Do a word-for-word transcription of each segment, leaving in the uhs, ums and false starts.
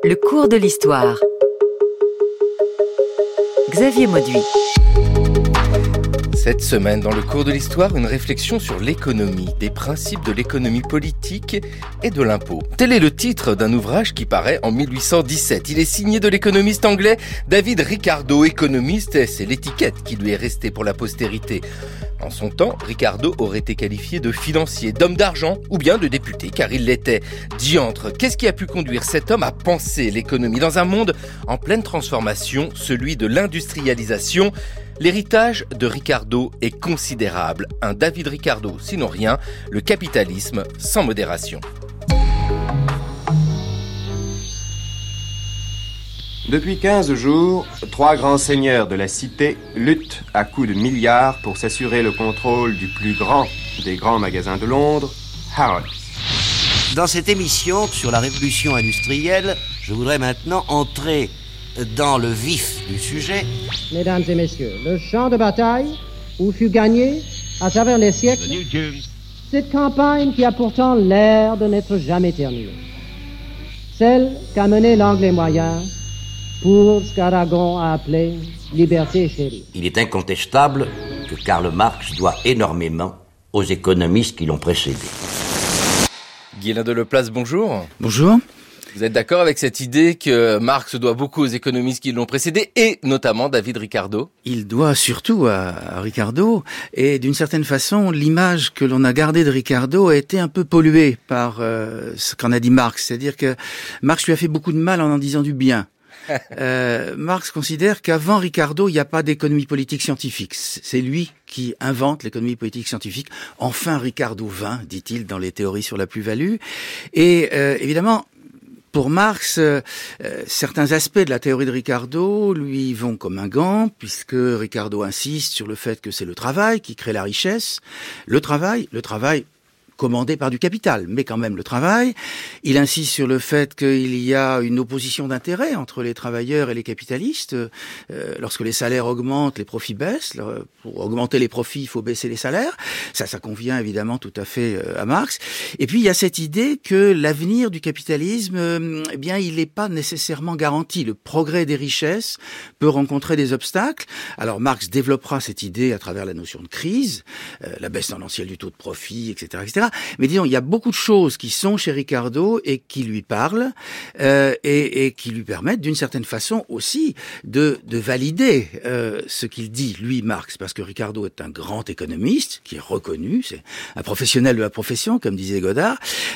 Le cours de l'histoire. Xavier Mauduit. Cette semaine, dans le cours de l'histoire, une réflexion sur l'économie, des principes de l'économie politique et de l'impôt. Tel est le titre d'un ouvrage qui paraît en mille huit cent dix-sept. Il est signé de l'économiste anglais David Ricardo, économiste, et c'est l'étiquette qui lui est restée pour la postérité. En son temps, Ricardo aurait été qualifié de financier, d'homme d'argent ou bien de député, car il l'était. Diantre, qu'est-ce qui a pu conduire cet homme à penser l'économie dans un monde en pleine transformation, celui de l'industrialisation? L'héritage de Ricardo est considérable. Un David Ricardo, sinon rien, le capitalisme sans modération. Depuis quinze jours, trois grands seigneurs de la cité luttent à coups de milliards pour s'assurer le contrôle du plus grand des grands magasins de Londres, Harrods. Dans cette émission sur la révolution industrielle, je voudrais maintenant entrer dans le vif du sujet. Mesdames et messieurs, le champ de bataille où fut gagné, à travers les siècles, cette campagne qui a pourtant l'air de n'être jamais terminée. Celle qu'a menée l'Anglais moyen pour ce qu'Aragon a appelé « liberté chérie ». Il est incontestable que Karl Marx doit énormément aux économistes qui l'ont précédé. Guylain de Leplace, bonjour. Bonjour. Vous êtes d'accord avec cette idée que Marx doit beaucoup aux économistes qui l'ont précédé et notamment David Ricardo? Il doit surtout à, à Ricardo, et d'une certaine façon, l'image que l'on a gardée de Ricardo a été un peu polluée par euh, ce qu'en a dit Marx. C'est-à-dire que Marx lui a fait beaucoup de mal en en disant du bien. Euh, Marx considère qu'avant Ricardo, il n'y a pas d'économie politique scientifique. C'est lui qui invente l'économie politique scientifique. Enfin, Ricardo vint, dit-il, dans les théories sur la plus-value. Et euh, évidemment, pour Marx, euh, certains aspects de la théorie de Ricardo lui vont comme un gant, puisque Ricardo insiste sur le fait que c'est le travail qui crée la richesse. Le travail, le travail commandé par du capital, mais quand même le travail. Il insiste sur le fait qu'il y a une opposition d'intérêts entre les travailleurs et les capitalistes. Euh, lorsque les salaires augmentent, les profits baissent. Pour augmenter les profits, il faut baisser les salaires. Ça, ça convient évidemment tout à fait à Marx. Et puis, il y a cette idée que l'avenir du capitalisme, euh, eh bien, il n'est pas nécessairement garanti. Le progrès des richesses peut rencontrer des obstacles. Alors, Marx développera cette idée à travers la notion de crise, euh, la baisse tendancielle du taux de profit, et cetera, et cetera. Mais disons, il y a beaucoup de choses qui sont chez Ricardo et qui lui parlent euh, et, et qui lui permettent d'une certaine façon aussi de, de valider euh, ce qu'il dit, lui, Marx, parce que Ricardo est un grand économiste qui est reconnu, c'est un professionnel de la profession, comme disait Godard.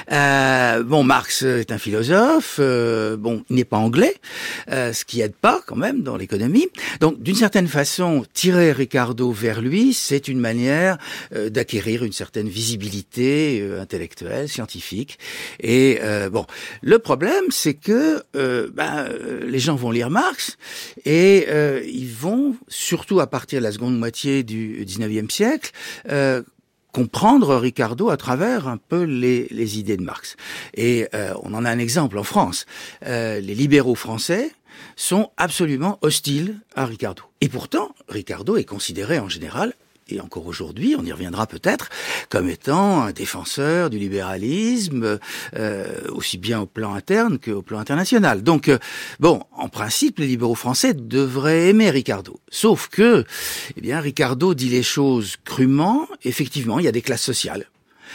Euh, bon, Marx est un philosophe, euh, bon, il n'est pas anglais, euh, ce qui aide pas quand même dans l'économie. Donc, d'une certaine façon, tirer Ricardo vers lui, c'est une manière euh, d'acquérir une certaine visibilité intellectuel, scientifique. Et euh, bon, le problème, c'est que euh, ben, les gens vont lire Marx et euh, ils vont, surtout à partir de la seconde moitié du dix-neuvième siècle, euh, comprendre Ricardo à travers un peu les, les idées de Marx. Et euh, on en a un exemple en France. Euh, les libéraux français sont absolument hostiles à Ricardo. Et pourtant, Ricardo est considéré en général, et encore aujourd'hui, on y reviendra peut-être, comme étant un défenseur du libéralisme, euh, aussi bien au plan interne qu'au plan international. Donc, euh, bon, en principe, les libéraux français devraient aimer Ricardo. Sauf que, eh bien, Ricardo dit les choses crûment. Effectivement, il y a des classes sociales.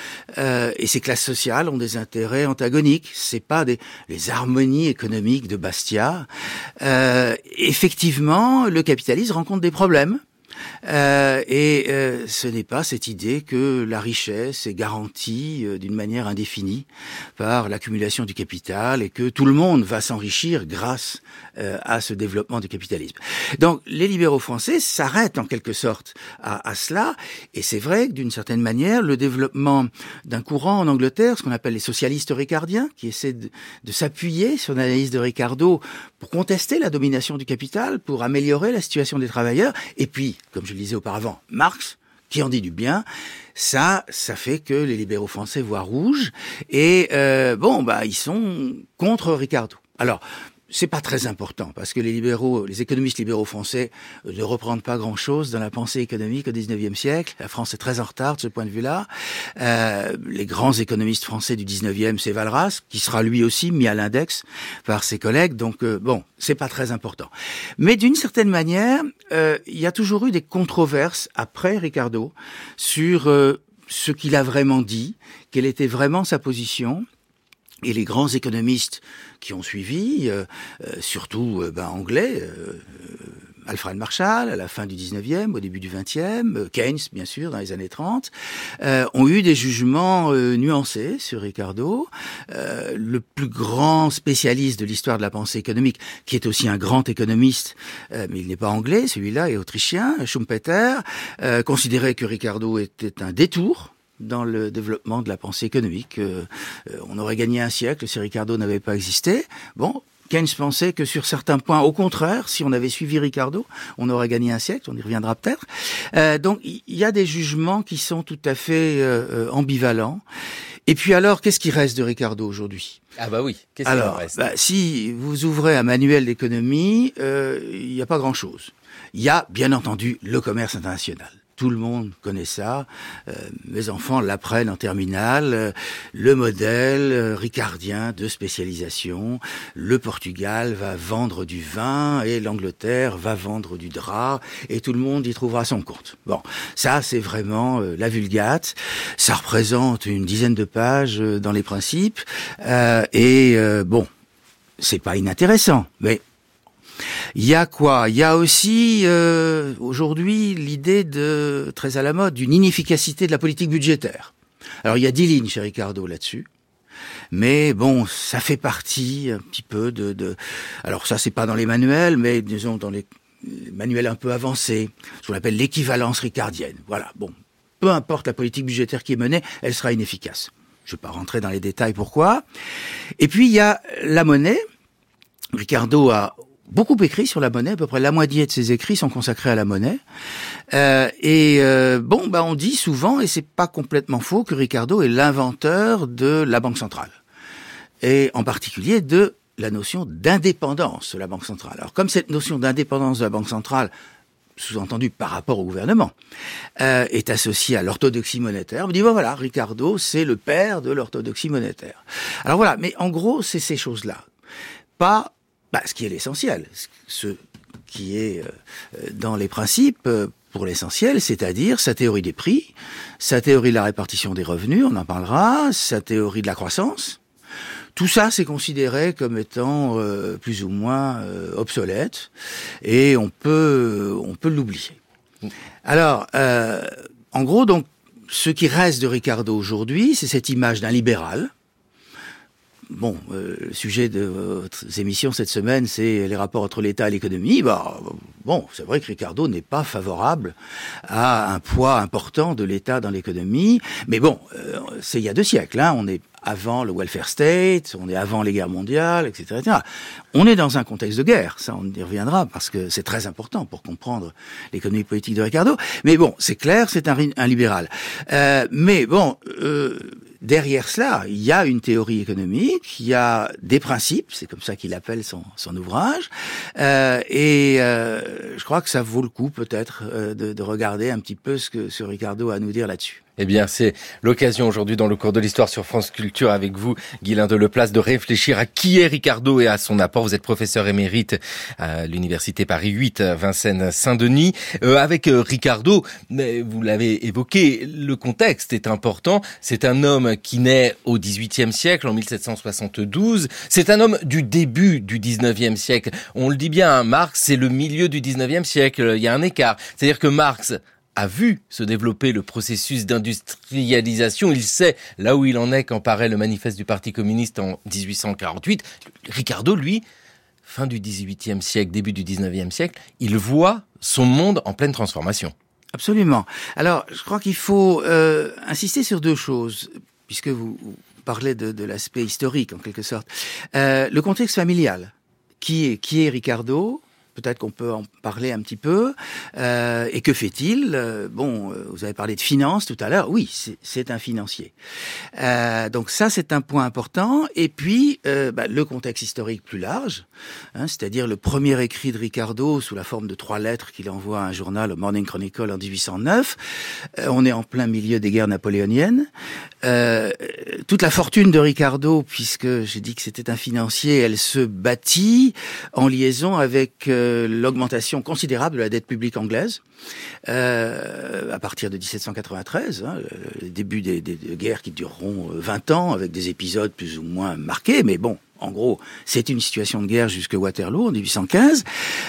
Euh, et ces classes sociales ont des intérêts antagoniques. C'est pas des les harmonies économiques de Bastiat. Euh, effectivement, le capitalisme rencontre des problèmes. Euh, et euh, ce n'est pas cette idée que la richesse est garantie euh, d'une manière indéfinie par l'accumulation du capital et que tout le monde va s'enrichir grâce euh, à ce développement du capitalisme. Donc les libéraux français s'arrêtent en quelque sorte à, à cela, et c'est vrai que d'une certaine manière le développement d'un courant en Angleterre, ce qu'on appelle les socialistes ricardiens, qui essaient de, de s'appuyer sur l'analyse de Ricardo pour contester la domination du capital, pour améliorer la situation des travailleurs, et puis comme je le disais auparavant, Marx, qui en dit du bien, ça, ça fait que les libéraux français voient rouge, et euh, bon, bah, ils sont contre Ricardo. Alors, c'est pas très important parce que les libéraux, les économistes libéraux français euh, ne reprennent pas grand-chose dans la pensée économique au dix-neuvième siècle. La France est très en retard de ce point de vue-là. Euh, les grands économistes français du dix-neuvième, c'est Walras, qui sera lui aussi mis à l'index par ses collègues. Donc euh, bon, c'est pas très important. Mais d'une certaine manière, euh, il y a toujours eu des controverses après Ricardo sur euh, ce qu'il a vraiment dit, quelle était vraiment sa position. Et les grands économistes qui ont suivi, euh, euh, surtout euh, ben, anglais, euh, euh, Alfred Marshall à la fin du dix-neuvième, au début du vingtième, euh, Keynes bien sûr dans les années trente, euh, ont eu des jugements euh, nuancés sur Ricardo. Euh, le plus grand spécialiste de l'histoire de la pensée économique, qui est aussi un grand économiste, euh, mais il n'est pas anglais, celui-là est autrichien, Schumpeter, euh, considérait que Ricardo était un détour dans le développement de la pensée économique. Euh, euh, on aurait gagné un siècle si Ricardo n'avait pas existé. Bon, Keynes pensait que sur certains points, au contraire, si on avait suivi Ricardo, on aurait gagné un siècle, on y reviendra peut-être. Euh, donc, il y a des jugements qui sont tout à fait euh, ambivalents. Et puis alors, qu'est-ce qui reste de Ricardo aujourd'hui ? Ah bah oui, qu'est-ce qui alors, en reste ? bah, si vous ouvrez un manuel d'économie, euh, il n'y a pas grand-chose. Il y a, bien entendu, le commerce international. Tout le monde connaît ça. Euh, mes enfants l'apprennent en terminale. Euh, le modèle euh, ricardien de spécialisation. Le Portugal va vendre du vin et l'Angleterre va vendre du drap et tout le monde y trouvera son compte. Bon, ça c'est vraiment euh, la Vulgate. Ça représente une dizaine de pages euh, dans les principes euh, et euh, bon, c'est pas inintéressant, mais il y a quoi ? Il y a aussi euh, aujourd'hui l'idée de très à la mode d'une inefficacité de la politique budgétaire. Alors il y a dix lignes chez Ricardo là-dessus, mais bon, ça fait partie un petit peu de. de... Alors ça c'est pas dans les manuels, mais disons dans les manuels un peu avancés, ce qu'on appelle l'équivalence ricardienne. Voilà. Bon, peu importe la politique budgétaire qui est menée, elle sera inefficace. Je vais pas rentrer dans les détails pourquoi. Et puis il y a la monnaie. Ricardo a beaucoup écrit sur la monnaie, à peu près la moitié de ses écrits sont consacrés à la monnaie. Euh, et euh, bon, bah on dit souvent, et c'est pas complètement faux, que Ricardo est l'inventeur de la Banque centrale, et en particulier de la notion d'indépendance de la Banque centrale. Alors, comme cette notion d'indépendance de la Banque centrale, sous-entendu par rapport au gouvernement, euh, est associée à l'orthodoxie monétaire, on dit, bon, voilà, Ricardo, c'est le père de l'orthodoxie monétaire. Alors voilà, mais en gros, c'est ces choses-là. Pas Bah, ce qui est l'essentiel, ce qui est euh, dans les principes euh, pour l'essentiel, c'est-à-dire sa théorie des prix, sa théorie de la répartition des revenus, on en parlera, sa théorie de la croissance. Tout ça, c'est considéré comme étant euh, plus ou moins euh, obsolète, et on peut on peut l'oublier. Alors, euh, en gros, donc, ce qui reste de Ricardo aujourd'hui, c'est cette image d'un libéral. Bon, euh, le sujet de votre émission cette semaine, c'est les rapports entre l'État et l'économie. Bah, bon, c'est vrai que Ricardo n'est pas favorable à un poids important de l'État dans l'économie, mais bon, euh, c'est il y a deux siècles, hein, on est avant le welfare state, on est avant les guerres mondiales, et cetera, et cetera. On est dans un contexte de guerre, ça on y reviendra parce que c'est très important pour comprendre l'économie politique de Ricardo. Mais bon, c'est clair, c'est un, un libéral. Euh, mais bon, euh, derrière cela, il y a une théorie économique, il y a des principes, c'est comme ça qu'il appelle son, son ouvrage, euh, et euh, je crois que ça vaut le coup peut-être euh, de, de regarder un petit peu ce que ce Ricardo a à nous dire là-dessus. Eh bien, c'est l'occasion aujourd'hui dans le cours de l'histoire sur France Culture avec vous, Guylain Deleplace, de réfléchir à qui est Ricardo et à son apport. Vous êtes professeur émérite à l'université Paris huit, Vincennes-Saint-Denis. Euh, avec Ricardo, vous l'avez évoqué, le contexte est important. C'est un homme qui naît au dix-huitième siècle, en mille sept cent soixante-douze. C'est un homme du début du dix-neuvième siècle. On le dit bien, hein, Marx, c'est le milieu du dix-neuvième siècle. Il y a un écart. C'est-à-dire que Marx a vu se développer le processus d'industrialisation. Il sait là où il en est quand paraît le manifeste du Parti communiste en dix-huit cent quarante-huit. Ricardo, lui, fin du dix-huitième siècle, début du dix-neuvième siècle, il voit son monde en pleine transformation. Absolument. Alors, je crois qu'il faut euh, insister sur deux choses, puisque vous, vous parlez de, de l'aspect historique, en quelque sorte. Euh, le contexte familial. Qui est, qui est Ricardo ? peut-être qu'on peut en parler un petit peu. Euh, et que fait-il? euh, Bon, euh, vous avez parlé de finance tout à l'heure. Oui, c'est, c'est un financier. Euh, donc ça, c'est un point important. Et puis, euh, bah, le contexte historique plus large, hein, c'est-à-dire le premier écrit de Ricardo sous la forme de trois lettres qu'il envoie à un journal, au Morning Chronicle, en dix-huit cent neuf. Euh, on est en plein milieu des guerres napoléoniennes. Euh, toute la fortune de Ricardo, puisque j'ai dit que c'était un financier, elle se bâtit en liaison avec euh, l'augmentation considérable de la dette publique anglaise euh, à partir de dix-sept cent quatre-vingt-treize, hein, le début des, des, des guerres qui dureront vingt ans avec des épisodes plus ou moins marqués, mais bon, en gros, c'est une situation de guerre jusqu'à Waterloo en dix-huit cent quinze,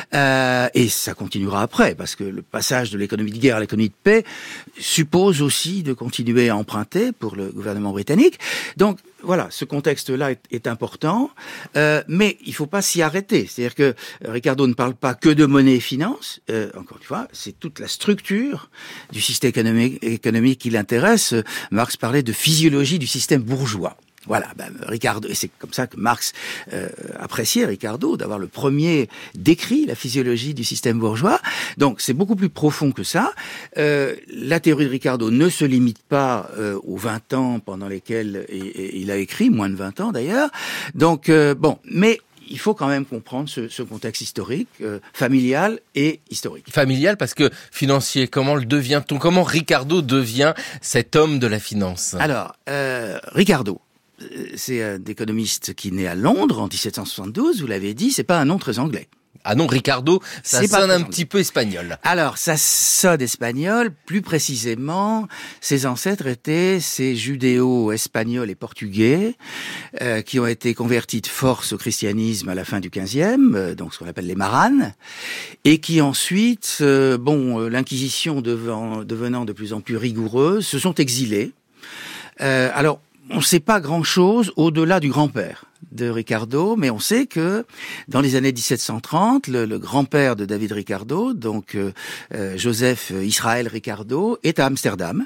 euh, et ça continuera après, parce que le passage de l'économie de guerre à l'économie de paix suppose aussi de continuer à emprunter pour le gouvernement britannique. Donc voilà, ce contexte-là est, est important, euh, mais il faut pas s'y arrêter. C'est-à-dire que Ricardo ne parle pas que de monnaie et finance. Euh, encore une fois, c'est toute la structure du système économique, économique qui l'intéresse. Marx parlait de physiologie du système bourgeois. Voilà, ben, Ricardo, et c'est comme ça que Marx euh, appréciait Ricardo, d'avoir le premier décrit la physiologie du système bourgeois. Donc c'est beaucoup plus profond que ça. Euh, la théorie de Ricardo ne se limite pas euh, aux vingt ans pendant lesquels et, et il a écrit, moins de vingt ans d'ailleurs. Donc euh, bon, mais il faut quand même comprendre ce, ce contexte historique, euh, familial et historique. Familial parce que financier, comment le devient-on? Comment Ricardo devient cet homme de la finance? Alors, euh, Ricardo, c'est un économiste qui naît à Londres en dix-sept cent soixante-douze, vous l'avez dit, c'est pas un nom très anglais. Ah non, Ricardo, ça c'est sonne un petit peu espagnol. Alors, ça sonne espagnol, plus précisément, ses ancêtres étaient ces judéo-espagnols et portugais, euh, qui ont été convertis de force au christianisme à la fin du quinzième, euh, donc ce qu'on appelle les maranes, et qui ensuite, euh, bon, euh, l'inquisition devenant, devenant de plus en plus rigoureuse, se sont exilés. Euh, alors, on ne sait pas grand-chose au-delà du grand-père de Ricardo, mais on sait que dans les années dix-sept cent trente, le, le grand-père de David Ricardo, donc euh, euh, Joseph Israël Ricardo, est à Amsterdam.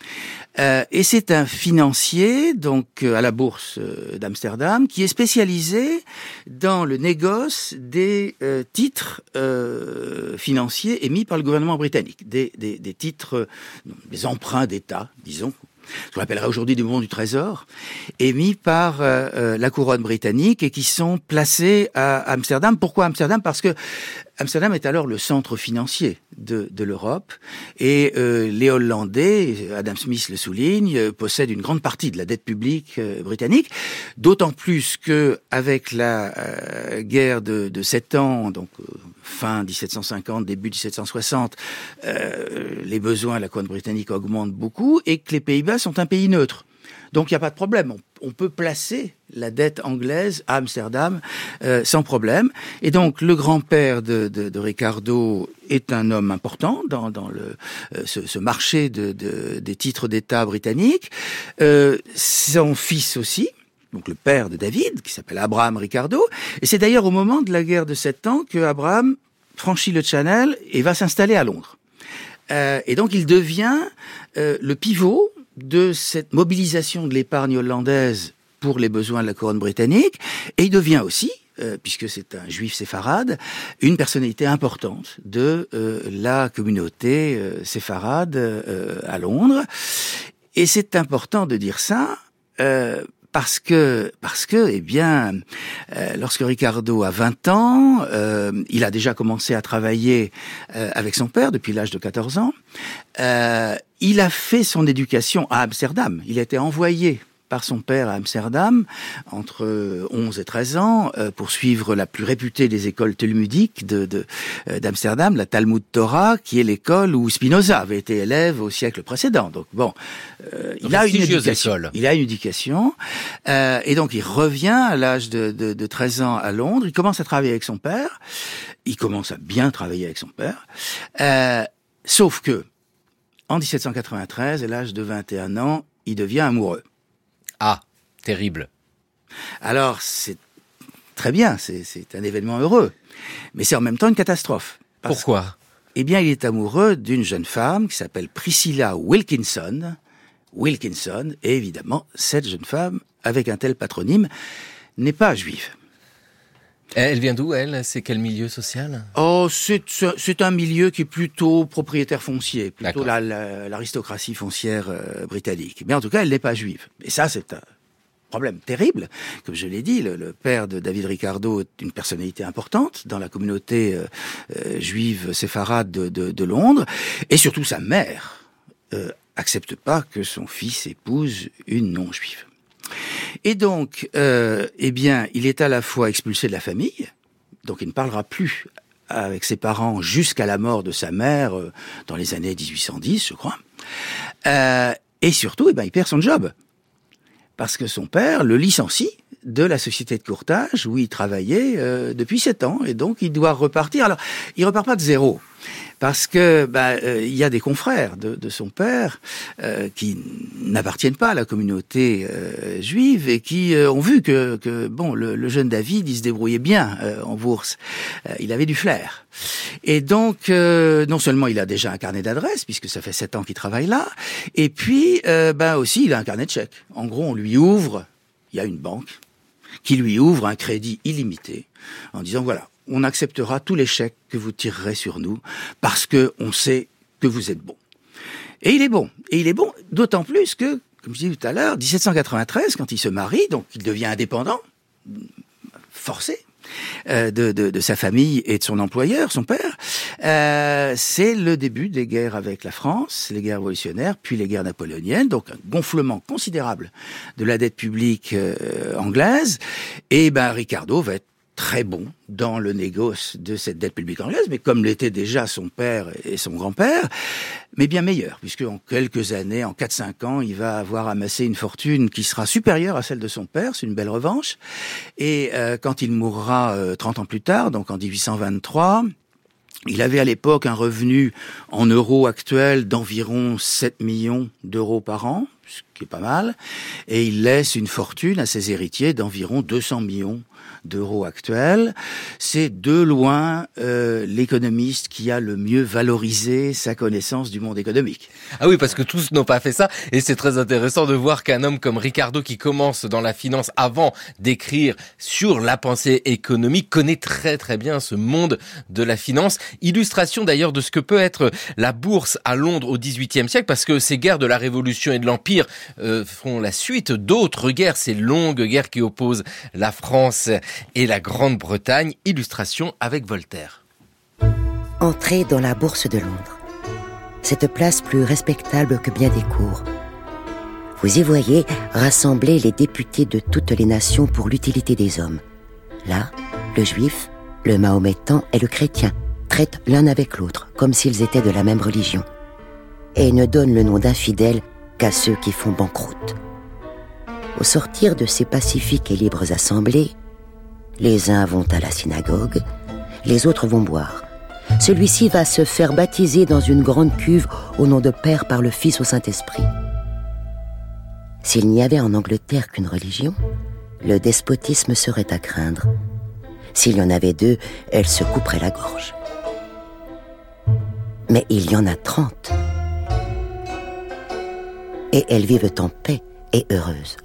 Euh, et c'est un financier, donc euh, à la bourse euh, d'Amsterdam, qui est spécialisé dans le négoce des euh, titres euh, financiers émis par le gouvernement britannique, des, des, des titres, euh, des emprunts d'État, disons, ce qu'on appellerait aujourd'hui des bons du trésor, émis par euh, euh, la couronne britannique et qui sont placés à Amsterdam. Pourquoi Amsterdam? Parce que Amsterdam est alors le centre financier de, de l'Europe et euh, les Hollandais, Adam Smith le souligne, euh, possèdent une grande partie de la dette publique euh, britannique, d'autant plus que avec la euh, guerre de, de sept ans, donc euh, fin dix-sept cent cinquante, début dix-sept cent soixante, euh, les besoins de la couronne britannique augmentent beaucoup et que les Pays-Bas sont un pays neutre. Donc il n'y a pas de problème, on, on peut placer la dette anglaise à Amsterdam euh, sans problème. Et donc le grand-père de, de, de Ricardo est un homme important dans, dans le, euh, ce, ce marché de, de, des titres d'État britanniques. Euh, son fils aussi, donc le père de David, qui s'appelle Abraham Ricardo. Et c'est d'ailleurs au moment de la guerre de Sept Ans que Abraham franchit le Channel et va s'installer à Londres. Euh, et donc il devient euh, le pivot de cette mobilisation de l'épargne hollandaise pour les besoins de la couronne britannique, et il devient aussi, euh, puisque c'est un juif séfarade, une personnalité importante de euh, la communauté euh, séfarade euh, à Londres. Et c'est important de dire ça, euh, Parce que, parce que, eh bien, euh, lorsque Ricardo a vingt ans, euh, il a déjà commencé à travailler euh, avec son père depuis l'âge de quatorze ans. Euh, il a fait son éducation à Amsterdam. Il a été envoyé par son père à Amsterdam entre onze et treize ans euh, pour suivre la plus réputée des écoles talmudiques de, de, euh, d'Amsterdam, la Talmud Torah, qui est l'école où Spinoza avait été élève au siècle précédent. Donc bon, euh, il a une éducation. École. Il a une éducation euh, et donc il revient à l'âge de, de, de treize ans à Londres. Il commence à travailler avec son père. Il commence à bien travailler avec son père. Euh, sauf que en dix-sept cent quatre-vingt-treize, à l'âge de vingt et un ans, il devient amoureux. Ah, terrible. Alors, c'est très bien, c'est, c'est un événement heureux, mais c'est en même temps une catastrophe. Pourquoi? Que, eh bien, il est amoureux d'une jeune femme qui s'appelle Priscilla Wilkinson. Wilkinson, et évidemment, cette jeune femme, avec un tel patronyme, n'est pas juive. Elle vient d'où, elle? C'est quel milieu social? Oh, c'est, c'est un milieu qui est plutôt propriétaire foncier, plutôt D'accord. la, la, l'aristocratie foncière euh, britannique. Mais en tout cas, elle n'est pas juive. Et ça, c'est un problème terrible. Comme je l'ai dit, le, le père de David Ricardo est une personnalité importante dans la communauté euh, euh, juive séfarade de, de, de Londres. Et surtout, sa mère euh, accepte pas que son fils épouse une non-juive. Et donc, euh, eh bien, il est à la fois expulsé de la famille, donc il ne parlera plus avec ses parents jusqu'à la mort de sa mère euh, dans les années dix-huit cent dix, je crois. Euh, et surtout, eh ben, il perd son job parce que son père le licencie de la société de courtage où il travaillait euh, depuis sept ans, et donc il doit repartir. Alors, il repart pas de zéro. Parce que bah, euh, il y a des confrères de, de son père euh, qui n'appartiennent pas à la communauté euh, juive et qui euh, ont vu que, que bon, le, le jeune David, il se débrouillait bien euh, en bourse. Euh, il avait du flair. Et donc, euh, non seulement il a déjà un carnet d'adresses, puisque ça fait sept ans qu'il travaille là, et puis, euh, bah aussi, il a un carnet de chèques. En gros, on lui ouvre, il y a une banque qui lui ouvre un crédit illimité en disant voilà, on acceptera tous les chèques que vous tirerez sur nous parce que on sait que vous êtes bon. Et il est bon. Et il est bon d'autant plus que, comme je disais tout à l'heure, dix-sept cent quatre-vingt-treize, quand il se marie, donc il devient indépendant, forcé, euh, de, de, de sa famille et de son employeur, son père, euh, c'est le début des guerres avec la France, les guerres révolutionnaires, puis les guerres napoléoniennes, donc un gonflement considérable de la dette publique euh, anglaise. Et ben Ricardo va être très bon dans le négoce de cette dette publique anglaise, mais comme l'était déjà son père et son grand-père, mais bien meilleur, puisque en quelques années, en quatre cinq ans, il va avoir amassé une fortune qui sera supérieure à celle de son père, c'est une belle revanche, et euh, quand il mourra euh, trente ans plus tard, donc en dix-huit cent vingt-trois, il avait à l'époque un revenu en euros actuels d'environ sept millions d'euros par an, ce qui est pas mal, et il laisse une fortune à ses héritiers d'environ deux cents millions d'euros actuels. C'est de loin euh, l'économiste qui a le mieux valorisé sa connaissance du monde économique. Ah oui, parce que tous n'ont pas fait ça, et c'est très intéressant de voir qu'un homme comme Ricardo, qui commence dans la finance avant d'écrire sur la pensée économique, connaît très très bien ce monde de la finance. Illustration d'ailleurs de ce que peut être la bourse à Londres au dix-huitième siècle, parce que ces guerres de la Révolution et de l'Empire euh, font la suite d'autres guerres, ces longues guerres qui opposent la France et la Grande-Bretagne. Illustration avec Voltaire. Entrez dans la bourse de Londres. Cette place plus respectable que bien des cours. Vous y voyez rassembler les députés de toutes les nations pour l'utilité des hommes. Là, le juif, le mahométan et le chrétien traitent l'un avec l'autre, comme s'ils étaient de la même religion, et ne donnent le nom d'infidèles qu'à ceux qui font banqueroute. Au sortir de ces pacifiques et libres assemblées, les uns vont à la synagogue, les autres vont boire. Celui-ci va se faire baptiser dans une grande cuve au nom de Père par le Fils au Saint-Esprit. S'il n'y avait en Angleterre qu'une religion, le despotisme serait à craindre. S'il y en avait deux, elle se couperait la gorge. Mais il y en a trente. Et elles vivent en paix et heureuses.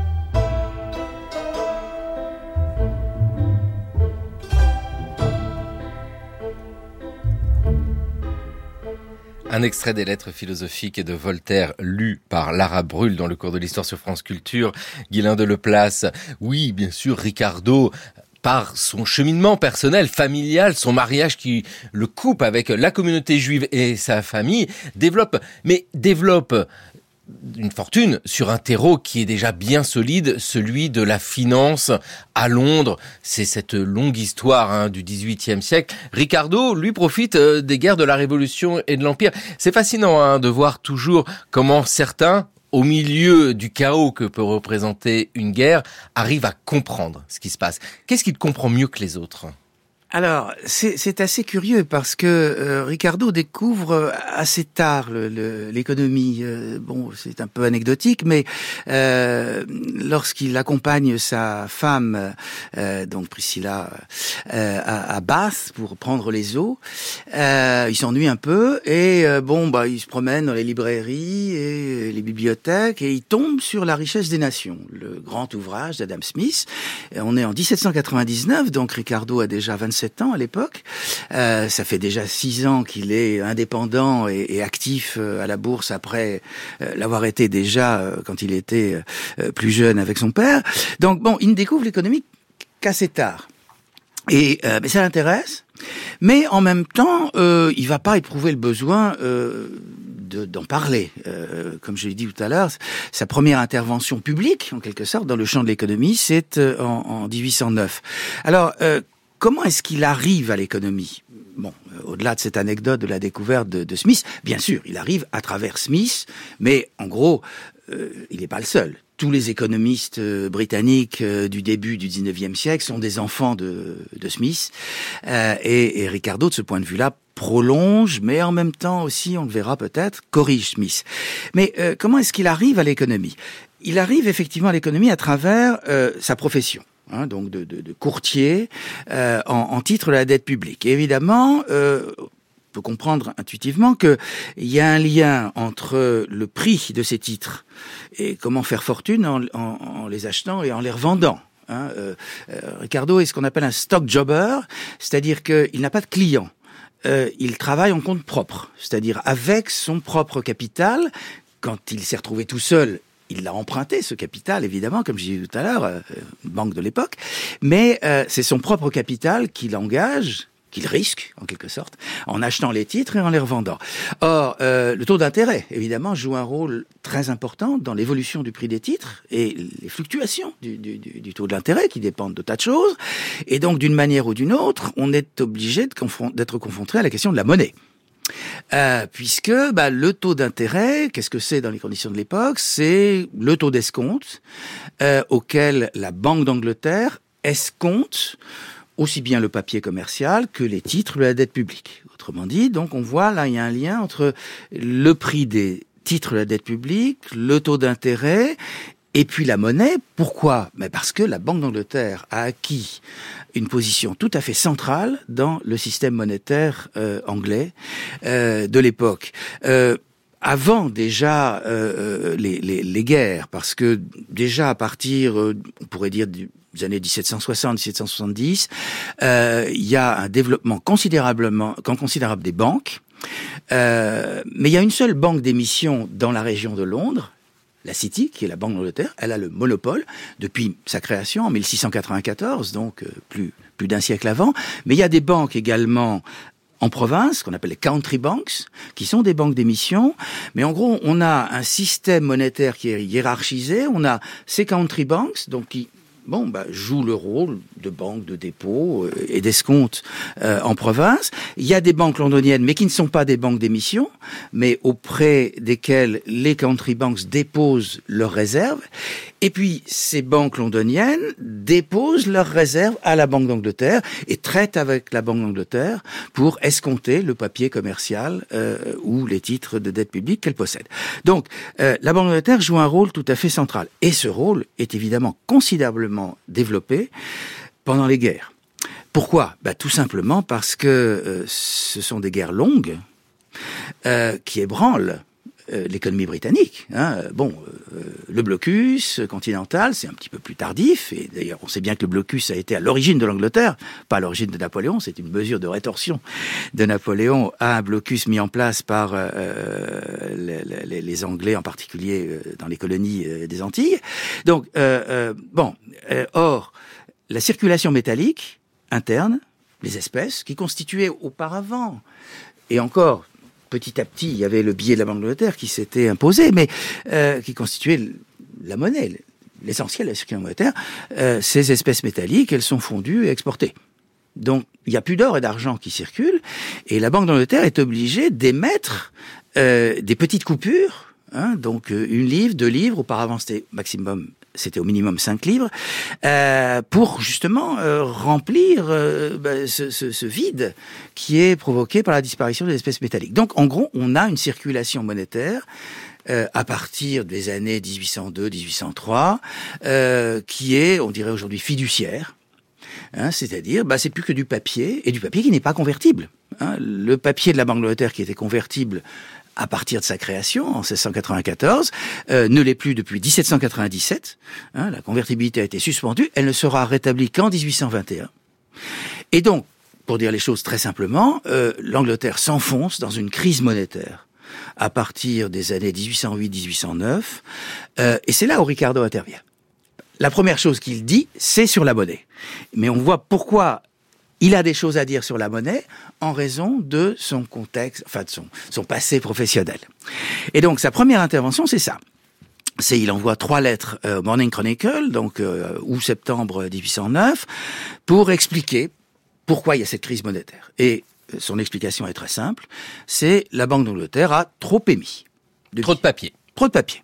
Un extrait des lettres philosophiques de Voltaire lu par Lara Brûle dans le cours de l'histoire sur France Culture. Guylain de Leplace. Oui, bien sûr, Ricardo, par son cheminement personnel, familial, son mariage qui le coupe avec la communauté juive et sa famille, développe, mais développe une fortune sur un terreau qui est déjà bien solide, celui de la finance à Londres. C'est cette longue histoire hein, du dix-huitième siècle. Ricardo, lui, profite euh, des guerres de la Révolution et de l'Empire. C'est fascinant hein, de voir toujours comment certains, au milieu du chaos que peut représenter une guerre, arrivent à comprendre ce qui se passe. Qu'est-ce qu'il comprend mieux que les autres ? Alors, c'est, c'est assez curieux parce que euh, Ricardo découvre assez tard le, le, l'économie. Euh, bon, c'est un peu anecdotique, mais euh, lorsqu'il accompagne sa femme, euh, donc Priscilla, euh, à, à Bath pour prendre les eaux, euh, il s'ennuie un peu et euh, bon, bah, il se promène dans les librairies et les bibliothèques et il tombe sur La richesse des nations, le grand ouvrage d'Adam Smith. Et on est en dix-sept cent quatre-vingt-dix-neuf, donc Ricardo a déjà vingt-sept ans à l'époque. Euh, ça fait déjà six ans qu'il est indépendant et, et actif euh, à la bourse après euh, l'avoir été déjà euh, quand il était euh, plus jeune avec son père. Donc bon, il ne découvre l'économie qu'assez tard. Et euh, mais ça l'intéresse. Mais en même temps, euh, il va pas éprouver le besoin euh, de, d'en parler. Euh, comme je l'ai dit tout à l'heure, sa première intervention publique, en quelque sorte, dans le champ de l'économie, c'est euh, en, en dix-huit cent neuf. Alors, euh, comment est-ce qu'il arrive à l'économie ? Bon, euh, au-delà de cette anecdote de la découverte de, de Smith, bien sûr, il arrive à travers Smith, mais en gros, euh, il n'est pas le seul. Tous les économistes euh, britanniques euh, du début du dix-neuvième siècle sont des enfants de, de Smith, euh, et, et Ricardo, de ce point de vue-là, prolonge, mais en même temps aussi, on le verra peut-être, corrige Smith. Mais euh, comment est-ce qu'il arrive à l'économie ? Il arrive effectivement à l'économie à travers euh, sa profession. Hein, donc de, de, de courtier euh, en, en titre de la dette publique. Et évidemment, euh, on peut comprendre intuitivement qu'il y a un lien entre le prix de ces titres et comment faire fortune en, en, en les achetant et en les revendant. Hein, euh, euh, Ricardo est ce qu'on appelle un stock jobber, c'est-à-dire qu'il n'a pas de clients. Euh, il travaille en compte propre, c'est-à-dire avec son propre capital. Quand il s'est retrouvé tout seul, il l'a emprunté, ce capital, évidemment, comme je disais tout à l'heure, euh, banque de l'époque, mais euh, c'est son propre capital qu'il engage, qu'il risque, en quelque sorte, en achetant les titres et en les revendant. Or, euh, le taux d'intérêt, évidemment, joue un rôle très important dans l'évolution du prix des titres et les fluctuations du, du, du taux de l'intérêt qui dépendent de tas de choses. Et donc, d'une manière ou d'une autre, on est obligé de confron- d'être confronté à la question de la monnaie. Euh, puisque bah, le taux d'intérêt, qu'est-ce que c'est dans les conditions de l'époque ? C'est le taux d'escompte euh, auquel la Banque d'Angleterre escompte aussi bien le papier commercial que les titres de la dette publique. Autrement dit, donc on voit là, il y a un lien entre le prix des titres de la dette publique, le taux d'intérêt et puis la monnaie. Pourquoi ? Mais parce que la Banque d'Angleterre a acquis une position tout à fait centrale dans le système monétaire euh, anglais euh, de l'époque. Euh, avant déjà euh, les, les, les guerres, parce que déjà à partir, euh, on pourrait dire des années dix-sept cent soixante, dix-sept cent soixante-dix, euh, il y a un développement considérablement considérable des banques, euh, mais il y a une seule banque d'émission dans la région de Londres, la City, qui est la Banque d'Angleterre. Elle a le monopole depuis sa création en mille six cent quatre-vingt-quatorze, donc euh, plus plus d'un siècle avant. Mais il y a des banques également en province, qu'on appelle les country banks, qui sont des banques d'émission. Mais en gros, on a un système monétaire qui est hiérarchisé. On a ces country banks, donc qui bon, bah, jouent le rôle de banque de dépôt euh, et d'escompte euh, en province. Il y a des banques londoniennes, mais qui ne sont pas des banques d'émission, mais auprès desquelles les country banks déposent leurs réserves. Et puis, ces banques londoniennes déposent leurs réserves à la Banque d'Angleterre et traitent avec la Banque d'Angleterre pour escompter le papier commercial euh, ou les titres de dette publique qu'elle possède. Donc, euh, la Banque d'Angleterre joue un rôle tout à fait central. Et ce rôle est évidemment considérablement développé pendant les guerres. Pourquoi ? Bah, tout simplement parce que euh, ce sont des guerres longues euh, qui ébranlent Euh, l'économie britannique. Hein. Bon, euh, le blocus continental, c'est un petit peu plus tardif, et d'ailleurs on sait bien que le blocus a été à l'origine de l'Angleterre, pas à l'origine de Napoléon, c'est une mesure de rétorsion de Napoléon à un blocus mis en place par euh, les, les, les Anglais, en particulier euh, dans les colonies euh, des Antilles. Donc, euh, euh, bon, euh, or, la circulation métallique interne, les espèces, qui constituaient auparavant, et encore, petit à petit, il y avait le billet de la Banque d'Angleterre qui s'était imposé, mais euh, qui constituait la monnaie, l'essentiel de la circulation monétaire. Euh, ces espèces métalliques, elles sont fondues et exportées. Donc, il n'y a plus d'or et d'argent qui circulent, et la Banque d'Angleterre est obligée d'émettre euh, des petites coupures, hein, donc une livre, deux livres, auparavant c'était maximum c'était au minimum cinq livres, euh, pour justement euh, remplir euh, bah, ce, ce, ce vide qui est provoqué par la disparition des espèces métalliques. Donc en gros, on a une circulation monétaire euh, à partir des années dix-huit cent deux dix-huit cent trois, euh, qui est, on dirait aujourd'hui, fiduciaire. Hein, c'est-à-dire, bah, c'est plus que du papier, et du papier qui n'est pas convertible. Hein, le papier de la Banque d'Angleterre qui était convertible à partir de sa création en seize cent quatre-vingt-quatorze, euh, ne l'est plus depuis dix-sept cent quatre-vingt-dix-sept. Hein, la convertibilité a été suspendue, elle ne sera rétablie qu'en dix-huit cent vingt et un. Et donc, pour dire les choses très simplement, euh, l'Angleterre s'enfonce dans une crise monétaire à partir des années dix-huit cent huit dix-huit cent neuf, euh, et c'est là où Ricardo intervient. La première chose qu'il dit, c'est sur la monnaie. Mais on voit pourquoi il a des choses à dire sur la monnaie en raison de son contexte, enfin de son, son passé professionnel. Et donc sa première intervention, c'est ça. C'est il envoie trois lettres au Morning Chronicle, donc euh, août-septembre dix-huit cent neuf, pour expliquer pourquoi il y a cette crise monétaire. Et son explication est très simple, c'est la Banque d'Angleterre a trop émis. De trop de papier. Trop de papier.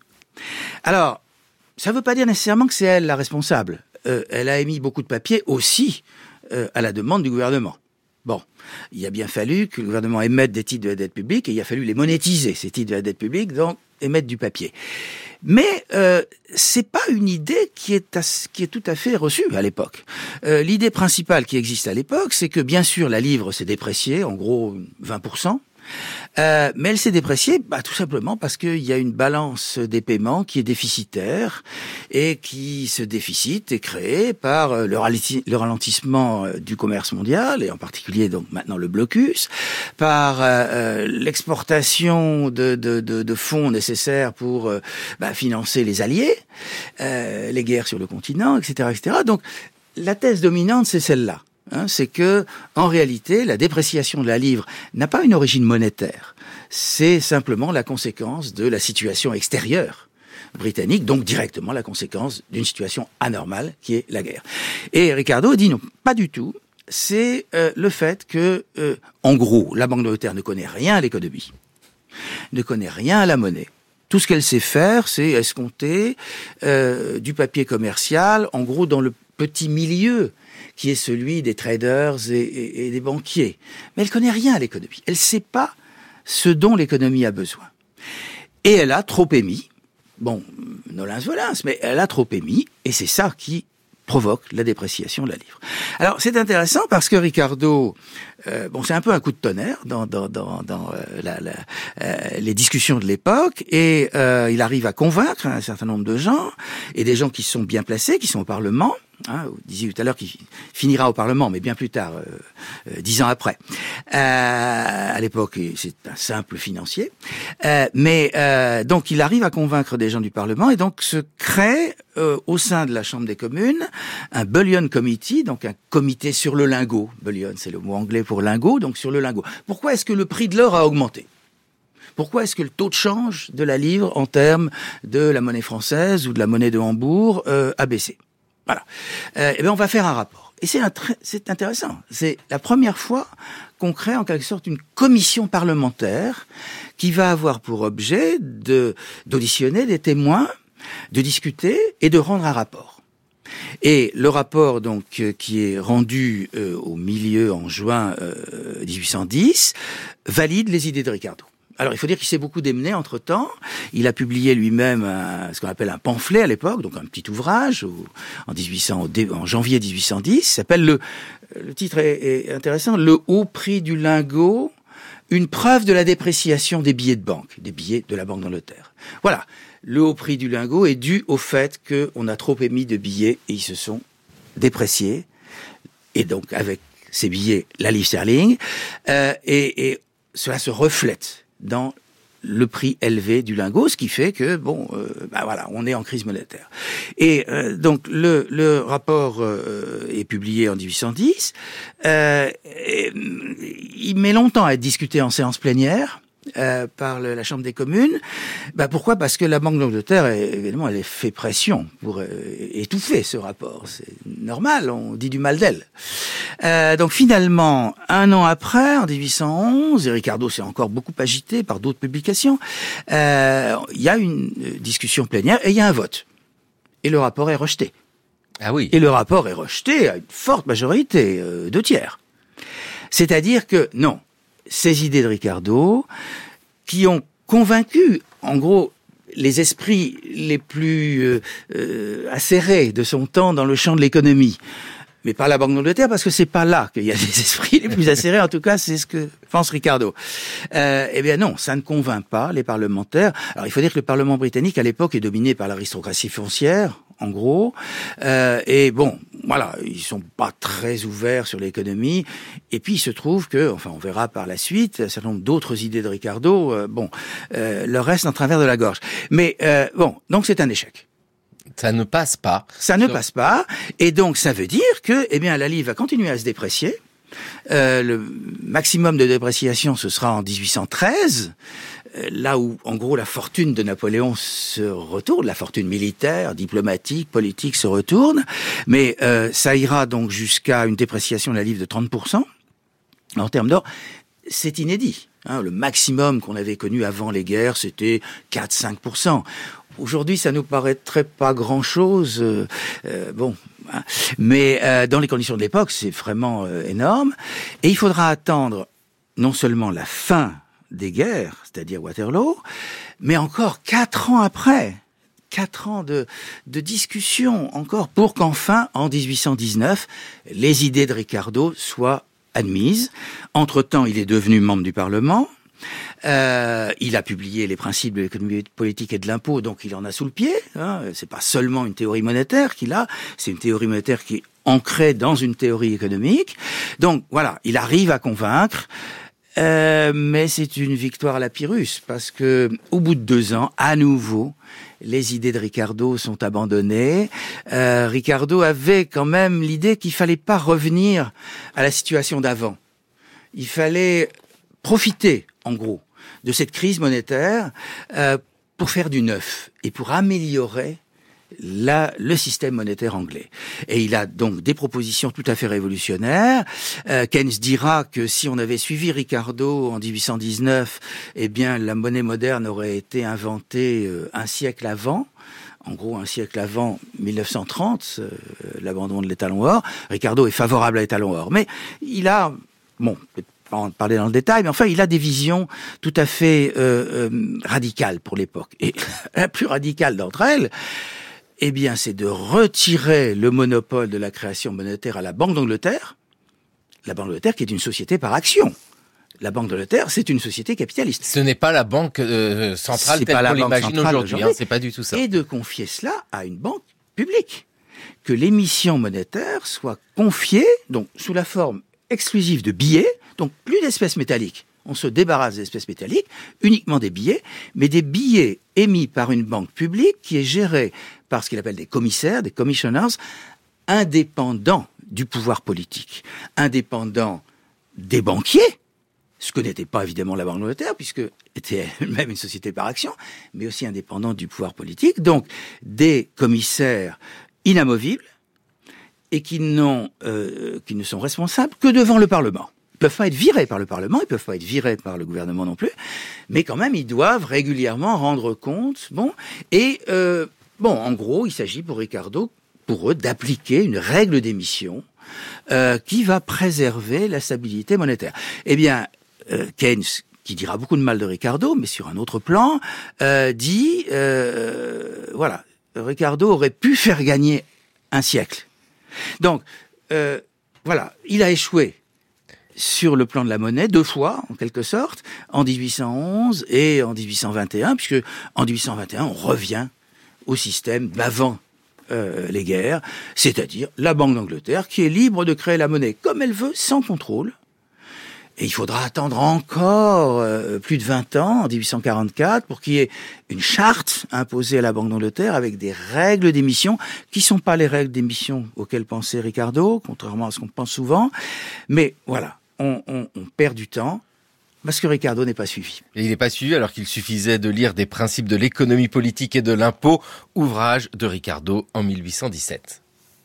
Alors, ça ne veut pas dire nécessairement que c'est elle la responsable. Euh, elle a émis beaucoup de papier aussi euh, à la demande du gouvernement. Bon, il a bien fallu que le gouvernement émette des titres de la dette publique et il a fallu les monétiser, ces titres de la dette publique, donc émettre du papier. Mais euh, c'est pas une idée qui est, à, qui est tout à fait reçue à l'époque. Euh, l'idée principale qui existe à l'époque, c'est que bien sûr la livre s'est dépréciée, en gros vingt pour cent. Euh, mais elle s'est dépréciée bah, tout simplement parce qu'il y a une balance des paiements qui est déficitaire et qui, ce déficit est créé par le, ralenti, le ralentissement du commerce mondial et en particulier donc maintenant le blocus, par euh, l'exportation de, de, de, de fonds nécessaires pour euh, bah, financer les alliés, euh, les guerres sur le continent, et cetera, et cetera. Donc la thèse dominante, c'est celle-là. Hein, c'est que, en réalité, la dépréciation de la livre n'a pas une origine monétaire. C'est simplement la conséquence de la situation extérieure britannique, donc directement la conséquence d'une situation anormale qui est la guerre. Et Ricardo dit non, pas du tout. C'est euh, le fait que, euh, en gros, la Banque d'Angleterre ne connaît rien à l'économie, ne connaît rien à la monnaie. Tout ce qu'elle sait faire, c'est escompter euh, du papier commercial, en gros, dans le petit milieu qui est celui des traders et, et, et des banquiers. Mais elle connaît rien à l'économie. Elle ne sait pas ce dont l'économie a besoin. Et elle a trop émis. Bon, nolens volens, mais elle a trop émis, et c'est ça qui provoque la dépréciation de la livre. Alors, c'est intéressant parce que Ricardo, euh, bon, c'est un peu un coup de tonnerre dans, dans, dans, dans euh, la, la, euh, les discussions de l'époque, et euh, il arrive à convaincre un certain nombre de gens, et des gens qui sont bien placés, qui sont au Parlement. Hein, vous disiez tout à l'heure qu'il finira au Parlement, mais bien plus tard, euh, euh, dix ans après. Euh, à l'époque, c'est un simple financier. Euh, mais euh, donc, il arrive à convaincre des gens du Parlement, et donc se crée euh, au sein de la Chambre des communes un Bullion Committee, donc un comité sur le lingot. Bullion, c'est le mot anglais pour lingot, donc sur le lingot. Pourquoi est-ce que le prix de l'or a augmenté ? Pourquoi est-ce que le taux de change de la livre en termes de la monnaie française ou de la monnaie de Hambourg euh, a baissé ? Voilà. Euh, et bien, on va faire un rapport. Et c'est, un tr- c'est intéressant. C'est la première fois qu'on crée en quelque sorte une commission parlementaire qui va avoir pour objet de, d'auditionner des témoins, de discuter et de rendre un rapport. Et le rapport donc euh, qui est rendu euh, au milieu en juin euh, dix-huit cent dix valide les idées de Ricardo. Alors, il faut dire qu'il s'est beaucoup démené entre-temps. Il a publié lui-même un, ce qu'on appelle un pamphlet à l'époque, donc un petit ouvrage au, en, dix-huit cents, en janvier dix-huit cent dix. S'appelle le, le titre est, est intéressant, Le haut prix du lingot, une preuve de la dépréciation des billets de banque, des billets de la Banque d'Angleterre. Voilà. Le haut prix du lingot est dû au fait qu'on a trop émis de billets et ils se sont dépréciés. Et donc, avec ces billets, la livre sterling, euh, et, et cela se reflète dans le prix élevé du lingot, ce qui fait que bon, euh, bah voilà, on est en crise monétaire. Et euh, donc le, le rapport euh, est publié en dix-huit cent dix. Euh, et, il met longtemps à être discuté en séance plénière euh, par le, la Chambre des communes. Bah pourquoi ? Parce que la Banque d'Angleterre, évidemment, elle a fait pression pour euh, étouffer ce rapport. C'est normal, on dit du mal d'elle. Euh, donc finalement, un an après, en dix-huit cent onze, et Ricardo s'est encore beaucoup agité par d'autres publications, euh, il y a une discussion plénière et il y a un vote. Et le rapport est rejeté. Ah oui. Et le rapport est rejeté à une forte majorité, euh, deux tiers. C'est-à-dire que, non, ces idées de Ricardo, qui ont convaincu, en gros, les esprits les plus euh, euh, acérés de son temps dans le champ de l'économie, mais pas la Banque d'Angleterre, parce que c'est pas là qu'il y a les esprits les plus acérés, en tout cas, c'est ce que pense Ricardo. Euh, eh bien non, ça ne convainc pas les parlementaires. Alors il faut dire que le Parlement britannique, à l'époque, est dominé par l'aristocratie foncière, en gros, euh, et bon, voilà, ils sont pas très ouverts sur l'économie, et puis il se trouve que, enfin on verra par la suite, un certain nombre d'autres idées de Ricardo, euh, bon, euh, leur restent en travers de la gorge. Mais euh, bon, donc c'est un échec. Ça ne passe pas. Ça ne passe pas, et donc ça veut dire que, eh bien, la livre va continuer à se déprécier. Euh, le maximum de dépréciation, ce sera en dix-huit cent treize, euh, là où, en gros, la fortune de Napoléon se retourne, la fortune militaire, diplomatique, politique se retourne, mais euh, ça ira donc jusqu'à une dépréciation de la livre de trente pour cent. En termes d'or, c'est inédit. Hein, le maximum qu'on avait connu avant les guerres, c'était quatre à cinq pour cent. Aujourd'hui, ça nous paraîtrait pas grand-chose, euh, euh, bon, hein. Mais euh, dans les conditions de l'époque, c'est vraiment euh, énorme. Et il faudra attendre non seulement la fin des guerres, c'est-à-dire Waterloo, mais encore quatre ans après, quatre ans de, de discussion encore, pour qu'enfin, en dix-huit cent dix-neuf, les idées de Ricardo soient admises. Entre-temps, il est devenu membre du Parlement. Euh, il a publié les principes de l'économie politique et de l'impôt, donc il en a sous le pied. Hein. C'est pas seulement une théorie monétaire qu'il a, c'est une théorie monétaire qui est ancrée dans une théorie économique. Donc voilà, il arrive à convaincre, euh, mais c'est une victoire à la Pyrrhus, parce que au bout de deux ans, à nouveau, les idées de Ricardo sont abandonnées. Euh, Ricardo avait quand même l'idée qu'il fallait pas revenir à la situation d'avant. Il fallait profiter, en gros, de cette crise monétaire euh, pour faire du neuf et pour améliorer la, le système monétaire anglais. Et il a donc des propositions tout à fait révolutionnaires. Euh, Keynes dira que si on avait suivi Ricardo en dix-huit cent dix-neuf, eh bien la monnaie moderne aurait été inventée euh, un siècle avant. En gros, un siècle avant mille neuf cent trente, euh, l'abandon de l'étalon or. Ricardo est favorable à l'étalon or, mais il a, bon, pas en parler dans le détail, mais enfin, il a des visions tout à fait euh, euh, radicales pour l'époque. Et la plus radicale d'entre elles, eh bien, c'est de retirer le monopole de la création monétaire à la Banque d'Angleterre. La Banque d'Angleterre qui est une société par action. La Banque d'Angleterre, c'est une société capitaliste. Ce n'est pas la banque euh, centrale telle qu'on l'imagine aujourd'hui. Hein, c'est pas du tout ça. Et de confier cela à une banque publique. Que l'émission monétaire soit confiée, donc sous la forme exclusive de billets, donc plus d'espèces métalliques. On se débarrasse des espèces métalliques, uniquement des billets, mais des billets émis par une banque publique qui est gérée par ce qu'il appelle des commissaires, des commissioners, indépendants du pouvoir politique, indépendants des banquiers, ce que n'était pas évidemment la Banque d'Angleterre, puisque était elle-même une société par action, mais aussi indépendants du pouvoir politique, donc des commissaires inamovibles et qui, n'ont, euh, qui ne sont responsables que devant le Parlement. Ils peuvent pas être virés par le Parlement, ils peuvent pas être virés par le gouvernement non plus, mais quand même ils doivent régulièrement rendre compte. Bon, et euh, bon, en gros, il s'agit pour Ricardo, pour eux, d'appliquer une règle d'émission euh, qui va préserver la stabilité monétaire. Eh bien, euh, Keynes, qui dira beaucoup de mal de Ricardo, mais sur un autre plan, euh, dit euh, voilà, Ricardo aurait pu faire gagner un siècle. Donc, euh, voilà, il a échoué sur le plan de la monnaie, deux fois, en quelque sorte, en dix-huit cent onze et en dix-huit cent vingt et un, puisque en dix-huit cent vingt et un, on revient au système d'avant euh, les guerres, c'est-à-dire la Banque d'Angleterre, qui est libre de créer la monnaie comme elle veut, sans contrôle. Et il faudra attendre encore euh, plus de vingt ans, en dix-huit cent quarante-quatre, pour qu'il y ait une charte imposée à la Banque d'Angleterre avec des règles d'émission qui sont pas les règles d'émission auxquelles pensait Ricardo, contrairement à ce qu'on pense souvent. Mais voilà, on, on, on perd du temps parce que Ricardo n'est pas suivi. Et il n'est pas suivi alors qu'il suffisait de lire des principes de l'économie politique et de l'impôt, ouvrage de Ricardo en mille huit cent dix-sept.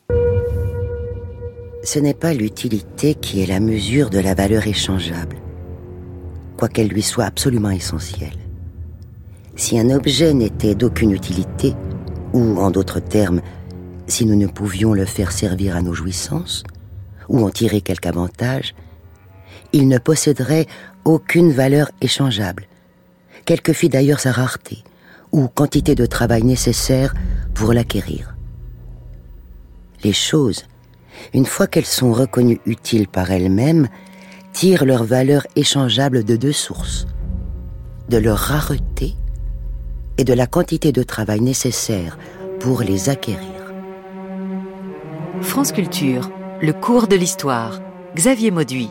Ce n'est pas l'utilité qui est la mesure de la valeur échangeable, quoiqu'elle lui soit absolument essentielle. Si un objet n'était d'aucune utilité, ou en d'autres termes, si nous ne pouvions le faire servir à nos jouissances, ou en tirer quelque avantage, il ne posséderait aucune valeur échangeable, quelle que fût d'ailleurs sa rareté, ou quantité de travail nécessaire pour l'acquérir. Les choses, une fois qu'elles sont reconnues utiles par elles-mêmes, tirent leur valeur échangeable de deux sources, de leur rareté et de la quantité de travail nécessaire pour les acquérir. France Culture, le cours de l'histoire. Xavier Mauduit.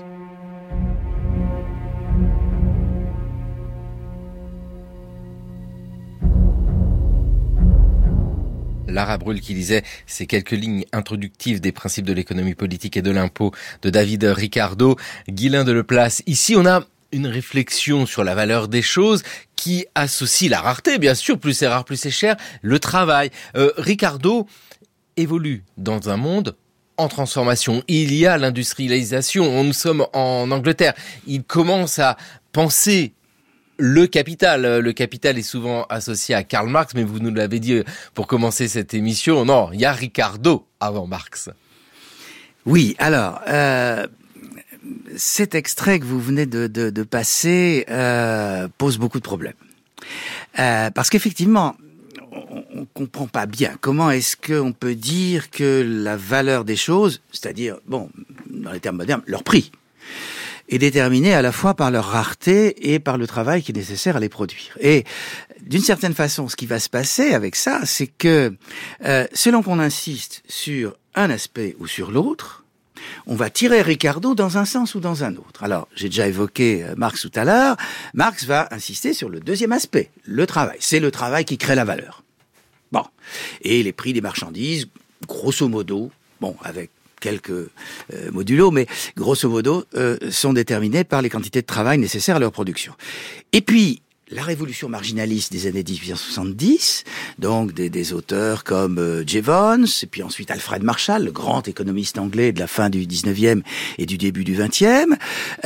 Lara Brul qui lisait ces quelques lignes introductives des principes de l'économie politique et de l'impôt de David Ricardo. Guylain Deleplace, ici on a une réflexion sur la valeur des choses qui associe la rareté, bien sûr, plus c'est rare, plus c'est cher, le travail. Euh, Ricardo évolue dans un monde en transformation. Il y a l'industrialisation. Nous sommes en Angleterre. Il commence à penser le capital. Le capital est souvent associé à Karl Marx, mais vous nous l'avez dit pour commencer cette émission. Non, il y a Ricardo avant Marx. Oui, alors, euh, cet extrait que vous venez de, de, de passer euh, pose beaucoup de problèmes. Euh, parce qu'effectivement, on ne comprend pas bien comment est-ce qu'on peut dire que la valeur des choses, c'est-à-dire, bon, dans les termes modernes, leur prix, est déterminée à la fois par leur rareté et par le travail qui est nécessaire à les produire. Et d'une certaine façon, ce qui va se passer avec ça, c'est que euh, selon qu'on insiste sur un aspect ou sur l'autre, on va tirer Ricardo dans un sens ou dans un autre. Alors, j'ai déjà évoqué Marx tout à l'heure. Marx va insister sur le deuxième aspect, le travail. C'est le travail qui crée la valeur. Bon. Et les prix des marchandises, grosso modo, bon, avec quelques euh, modulos, mais grosso modo, euh, sont déterminés par les quantités de travail nécessaires à leur production. Et puis, la révolution marginaliste des années dix-huit cent soixante-dix, donc des, des auteurs comme euh, Jevons, et puis ensuite Alfred Marshall, le grand économiste anglais de la fin du dix-neuvième et du début du vingtième,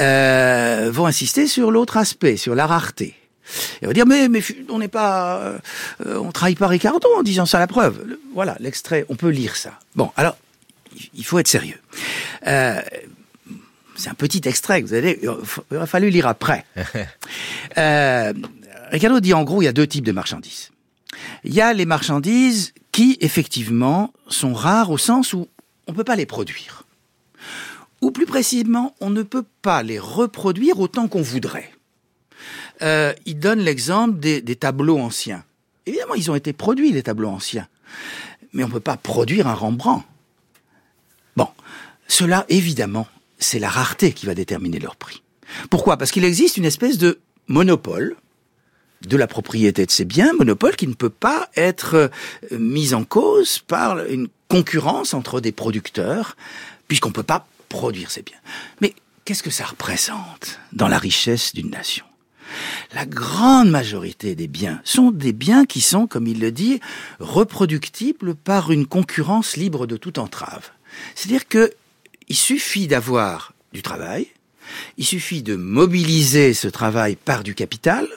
euh, vont insister sur l'autre aspect, sur la rareté. Et on va dire, mais, mais on n'est pas, euh, on trahit pas Ricardo en disant ça, la preuve. Le, voilà, l'extrait, on peut lire ça. Bon, alors, il faut être sérieux. Euh, c'est un petit extrait, vous allez, il aurait fallu lire après. euh, Ricardo dit en gros, il y a deux types de marchandises. Il y a les marchandises qui, effectivement, sont rares au sens où on ne peut pas les produire. Ou plus précisément, on ne peut pas les reproduire autant qu'on voudrait. Euh, il donne l'exemple des, des tableaux anciens. Évidemment, ils ont été produits, les tableaux anciens. Mais on ne peut pas produire un Rembrandt. Bon, cela, évidemment, c'est la rareté qui va déterminer leur prix. Pourquoi ? Parce qu'il existe une espèce de monopole de la propriété de ces biens, monopole qui ne peut pas être mis en cause par une concurrence entre des producteurs, puisqu'on ne peut pas produire ces biens. Mais qu'est-ce que ça représente dans la richesse d'une nation ? La grande majorité des biens sont des biens qui sont, comme il le dit, reproductibles par une concurrence libre de toute entrave. C'est-à-dire que il suffit d'avoir du travail, il suffit de mobiliser ce travail par du capital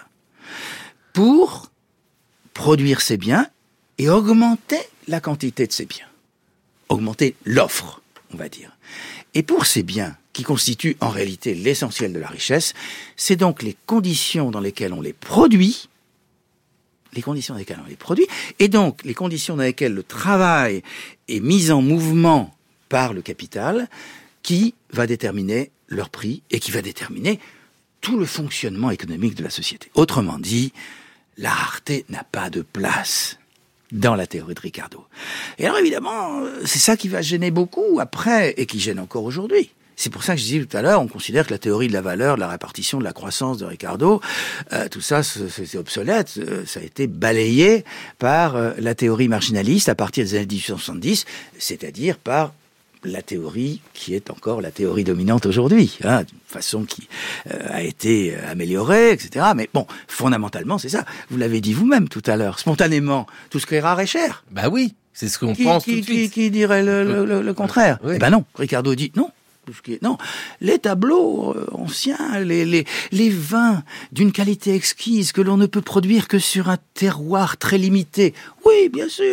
pour produire ces biens et augmenter la quantité de ces biens. Augmenter l'offre, on va dire. Et pour ces biens qui constituent en réalité l'essentiel de la richesse, c'est donc les conditions dans lesquelles on les produit, les conditions dans lesquelles on les produit, et donc les conditions dans lesquelles le travail est mis en mouvement par le capital, qui va déterminer leur prix et qui va déterminer tout le fonctionnement économique de la société. Autrement dit, la rareté n'a pas de place dans la théorie de Ricardo. Et alors évidemment, c'est ça qui va gêner beaucoup après, et qui gêne encore aujourd'hui. C'est pour ça que je disais tout à l'heure, on considère que la théorie de la valeur, de la répartition, de la croissance de Ricardo, euh, tout ça, c'est obsolète. Ça a été balayé par euh, la théorie marginaliste à partir des années dix-huit cent soixante-dix, c'est-à-dire par la théorie qui est encore la théorie dominante aujourd'hui, hein, d'une façon qui euh, a été améliorée, et cetera. Mais bon, fondamentalement, c'est ça. Vous l'avez dit vous-même tout à l'heure. Spontanément, tout ce qui est rare est cher. Bah oui, c'est ce qu'on qui, pense qui, tout de qui, suite. Qui dirait le, le, le, le contraire ? Oui. Eh ben non, Ricardo dit non. Non, les tableaux euh, anciens, les, les, les vins d'une qualité exquise que l'on ne peut produire que sur un terroir très limité. Oui, bien sûr,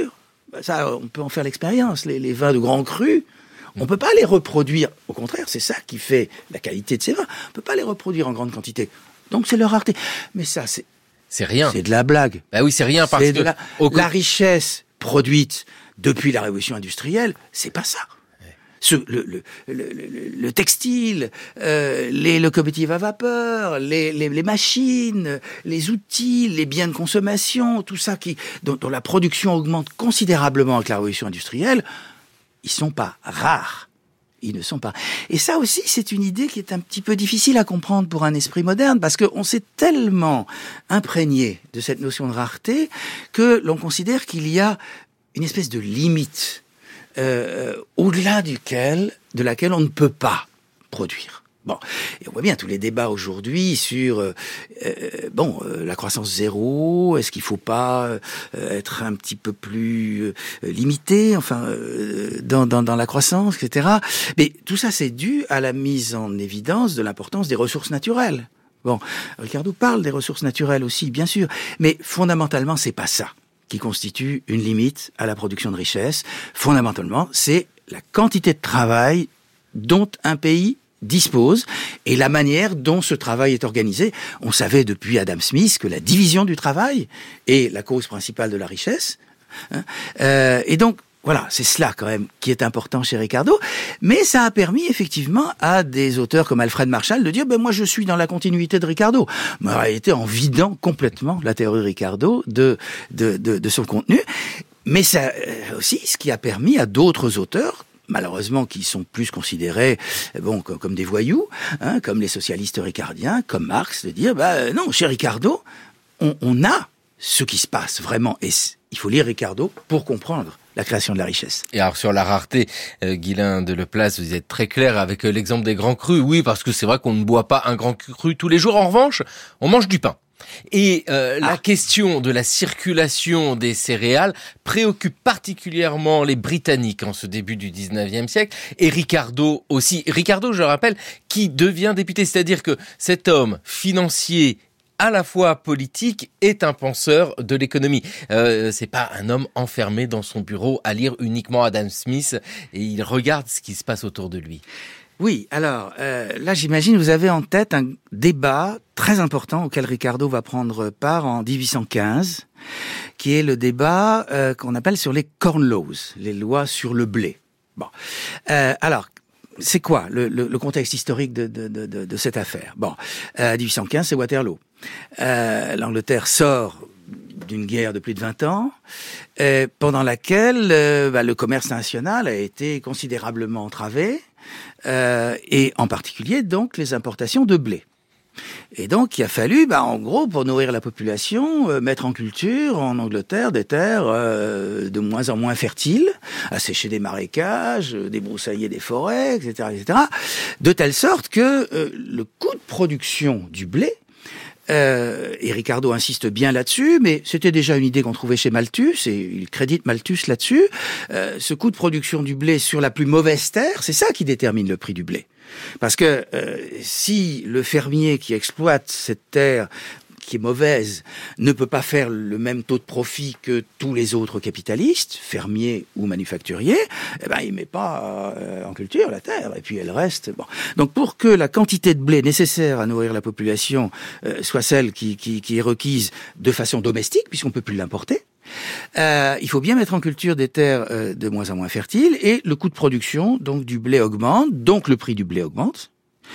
Ça, on peut en faire l'expérience. Les, les vins de Grand Cru, on ne peut pas les reproduire. Au contraire, c'est ça qui fait la qualité de ces vins. On ne peut pas les reproduire en grande quantité. Donc, c'est leur rareté. Mais ça, c'est... C'est rien. C'est de la blague. Bah oui, c'est rien parce c'est que... De la... Au... la richesse produite depuis la révolution industrielle, c'est pas ça. Ce, le, le, le, le, le textile, euh, les locomotives à vapeur, les, les, les machines, les outils, les biens de consommation, tout ça qui, dont, dont la production augmente considérablement avec la révolution industrielle, ils sont pas rares. Ils ne sont pas. Et ça aussi, c'est une idée qui est un petit peu difficile à comprendre pour un esprit moderne, parce qu'on s'est tellement imprégné de cette notion de rareté que l'on considère qu'il y a une espèce de limite Euh, au-delà duquel, de laquelle on ne peut pas produire. Bon, et on voit bien tous les débats aujourd'hui sur euh, euh, bon euh, la croissance zéro. Est-ce qu'il faut pas euh, être un petit peu plus euh, limité, enfin euh, dans, dans dans la croissance, et cetera. Mais tout ça, c'est dû à la mise en évidence de l'importance des ressources naturelles. Bon, Ricardo parle des ressources naturelles aussi, bien sûr, mais fondamentalement, c'est pas ça qui constitue une limite à la production de richesse. Fondamentalement, c'est la quantité de travail dont un pays dispose et la manière dont ce travail est organisé. On savait depuis Adam Smith que la division du travail est la cause principale de la richesse. Hein. Euh, et donc, voilà, c'est cela quand même qui est important chez Ricardo, mais ça a permis effectivement à des auteurs comme Alfred Marshall de dire ben moi je suis dans la continuité de Ricardo, mais en réalité en vidant complètement la théorie Ricardo de de de, de son contenu, mais ça aussi ce qui a permis à d'autres auteurs malheureusement qui sont plus considérés bon comme, comme des voyous, hein, comme les socialistes ricardiens, comme Marx, de dire bah non, chez Ricardo on, on a ce qui se passe vraiment, et il faut lire Ricardo pour comprendre la création de la richesse. Et alors sur la rareté, euh, Guylain de Leplace, vous êtes très clair avec euh, l'exemple des grands crus. Oui, parce que c'est vrai qu'on ne boit pas un grand cru tous les jours. En revanche, on mange du pain. Et euh, ah. la question de la circulation des céréales préoccupe particulièrement les Britanniques en ce début du dix-neuvième siècle, et Ricardo aussi. Ricardo, je le rappelle, qui devient député, c'est-à-dire que cet homme financier à la fois politique est un penseur de l'économie. Euh, c'est pas un homme enfermé dans son bureau à lire uniquement Adam Smith, et il regarde ce qui se passe autour de lui. Oui, alors euh, là j'imagine vous avez en tête un débat très important auquel Ricardo va prendre part en dix-huit cent quinze, qui est le débat euh, qu'on appelle sur les Corn Laws, les lois sur le blé. Bon, euh, alors c'est quoi le, le, le contexte historique de, de, de, de cette affaire? Bon, euh, dix-huit cent quinze, c'est Waterloo. Euh, L'Angleterre sort d'une guerre de plus de vingt ans, euh, pendant laquelle euh, bah, le commerce national a été considérablement entravé, euh, et en particulier donc les importations de blé. Et donc, il a fallu, bah, en gros, pour nourrir la population, euh, mettre en culture, en Angleterre, des terres euh, de moins en moins fertiles, assécher des marécages, euh, débroussailler des forêts, et cetera, et cetera, de telle sorte que euh, le coût de production du blé, euh, et Ricardo insiste bien là-dessus, mais c'était déjà une idée qu'on trouvait chez Malthus, et il crédite Malthus là-dessus, euh, ce coût de production du blé sur la plus mauvaise terre, c'est ça qui détermine le prix du blé. Parce que euh, si le fermier qui exploite cette terre qui est mauvaise ne peut pas faire le même taux de profit que tous les autres capitalistes, fermiers ou manufacturiers, eh ben il met pas euh, en culture la terre et puis elle reste. Bon. Donc pour que la quantité de blé nécessaire à nourrir la population euh, soit celle qui, qui, qui est requise de façon domestique, puisqu'on peut plus l'importer, Euh, il faut bien mettre en culture des terres euh, de moins en moins fertiles, et le coût de production donc du blé augmente, donc le prix du blé augmente.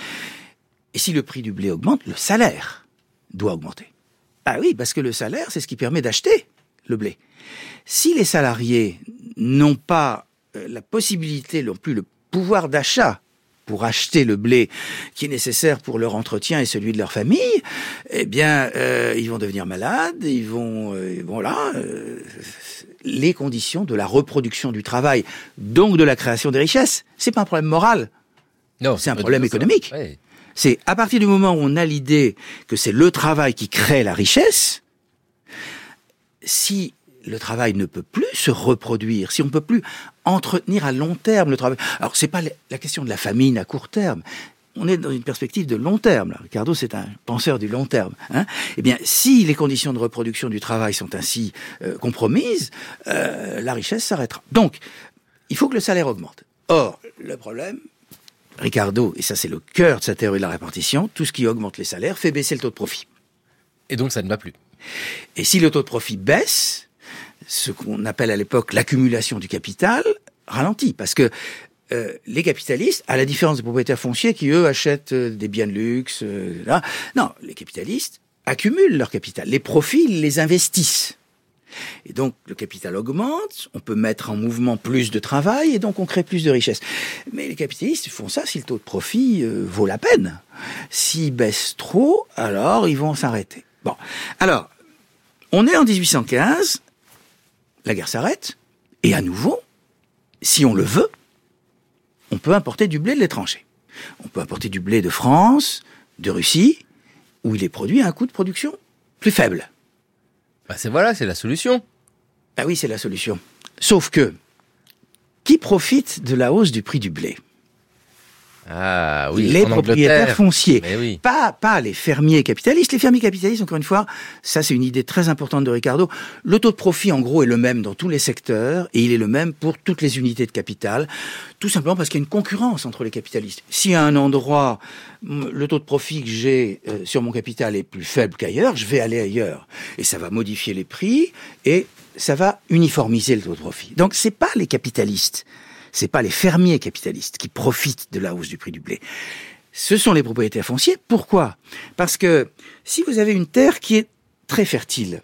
Et si le prix du blé augmente, le salaire doit augmenter. Ah oui, parce que le salaire, c'est ce qui permet d'acheter le blé. Si les salariés n'ont pas euh, la possibilité, non plus le pouvoir d'achat pour acheter le blé qui est nécessaire pour leur entretien et celui de leur famille, eh bien, euh, ils vont devenir malades, ils vont, euh, voilà, euh, les conditions de la reproduction du travail, donc de la création des richesses. C'est pas un problème moral. Non, c'est un problème économique. Ouais. C'est à partir du moment où on a l'idée que c'est le travail qui crée la richesse, si le travail ne peut plus se reproduire, si on ne peut plus entretenir à long terme le travail. Alors, c'est pas la question de la famine à court terme. on est dans une perspective de long terme. Là. Ricardo, c'est un penseur du long terme. Hein. Eh bien, si les conditions de reproduction du travail sont ainsi euh, compromises, euh, la richesse s'arrêtera. Donc, il faut que le salaire augmente. Or, le problème, Ricardo, et ça c'est le cœur de sa théorie de la répartition, tout ce qui augmente les salaires fait baisser le taux de profit. Et donc, ça ne va plus. Et si le taux de profit baisse, ce qu'on appelle à l'époque l'accumulation du capital ralentit, parce que Euh, les capitalistes, à la différence des propriétaires fonciers qui, eux, achètent euh, des biens de luxe, euh, là, non, les capitalistes accumulent leur capital. Les profits, ils les investissent. Et donc, le capital augmente, on peut mettre en mouvement plus de travail, et donc on crée plus de richesse. Mais les capitalistes font ça si le taux de profit euh, vaut la peine. S'il baisse trop, alors ils vont s'arrêter. Bon, alors, on est en dix-huit cent quinze, la guerre s'arrête, et à nouveau, si on le veut, on peut importer du blé de l'étranger. On peut importer du blé de France, de Russie, où il est produit à un coût de production plus faible. Bah c'est voilà, c'est la solution. Ah oui, c'est la solution. Sauf que, qui profite de la hausse du prix du blé ? Ah oui, les en propriétaires Angleterre. fonciers, Mais oui. pas pas les fermiers capitalistes. Les fermiers capitalistes, encore une fois, ça c'est une idée très importante de Ricardo. Le taux de profit, en gros, est le même dans tous les secteurs et il est le même pour toutes les unités de capital, tout simplement parce qu'il y a une concurrence entre les capitalistes. Si à un endroit le taux de profit que j'ai euh, sur mon capital est plus faible qu'ailleurs, je vais aller ailleurs et ça va modifier les prix et ça va uniformiser le taux de profit. Donc c'est pas les capitalistes. C'est pas les fermiers capitalistes qui profitent de la hausse du prix du blé. Ce sont les propriétaires fonciers. Pourquoi ? Parce que si vous avez une terre qui est très fertile,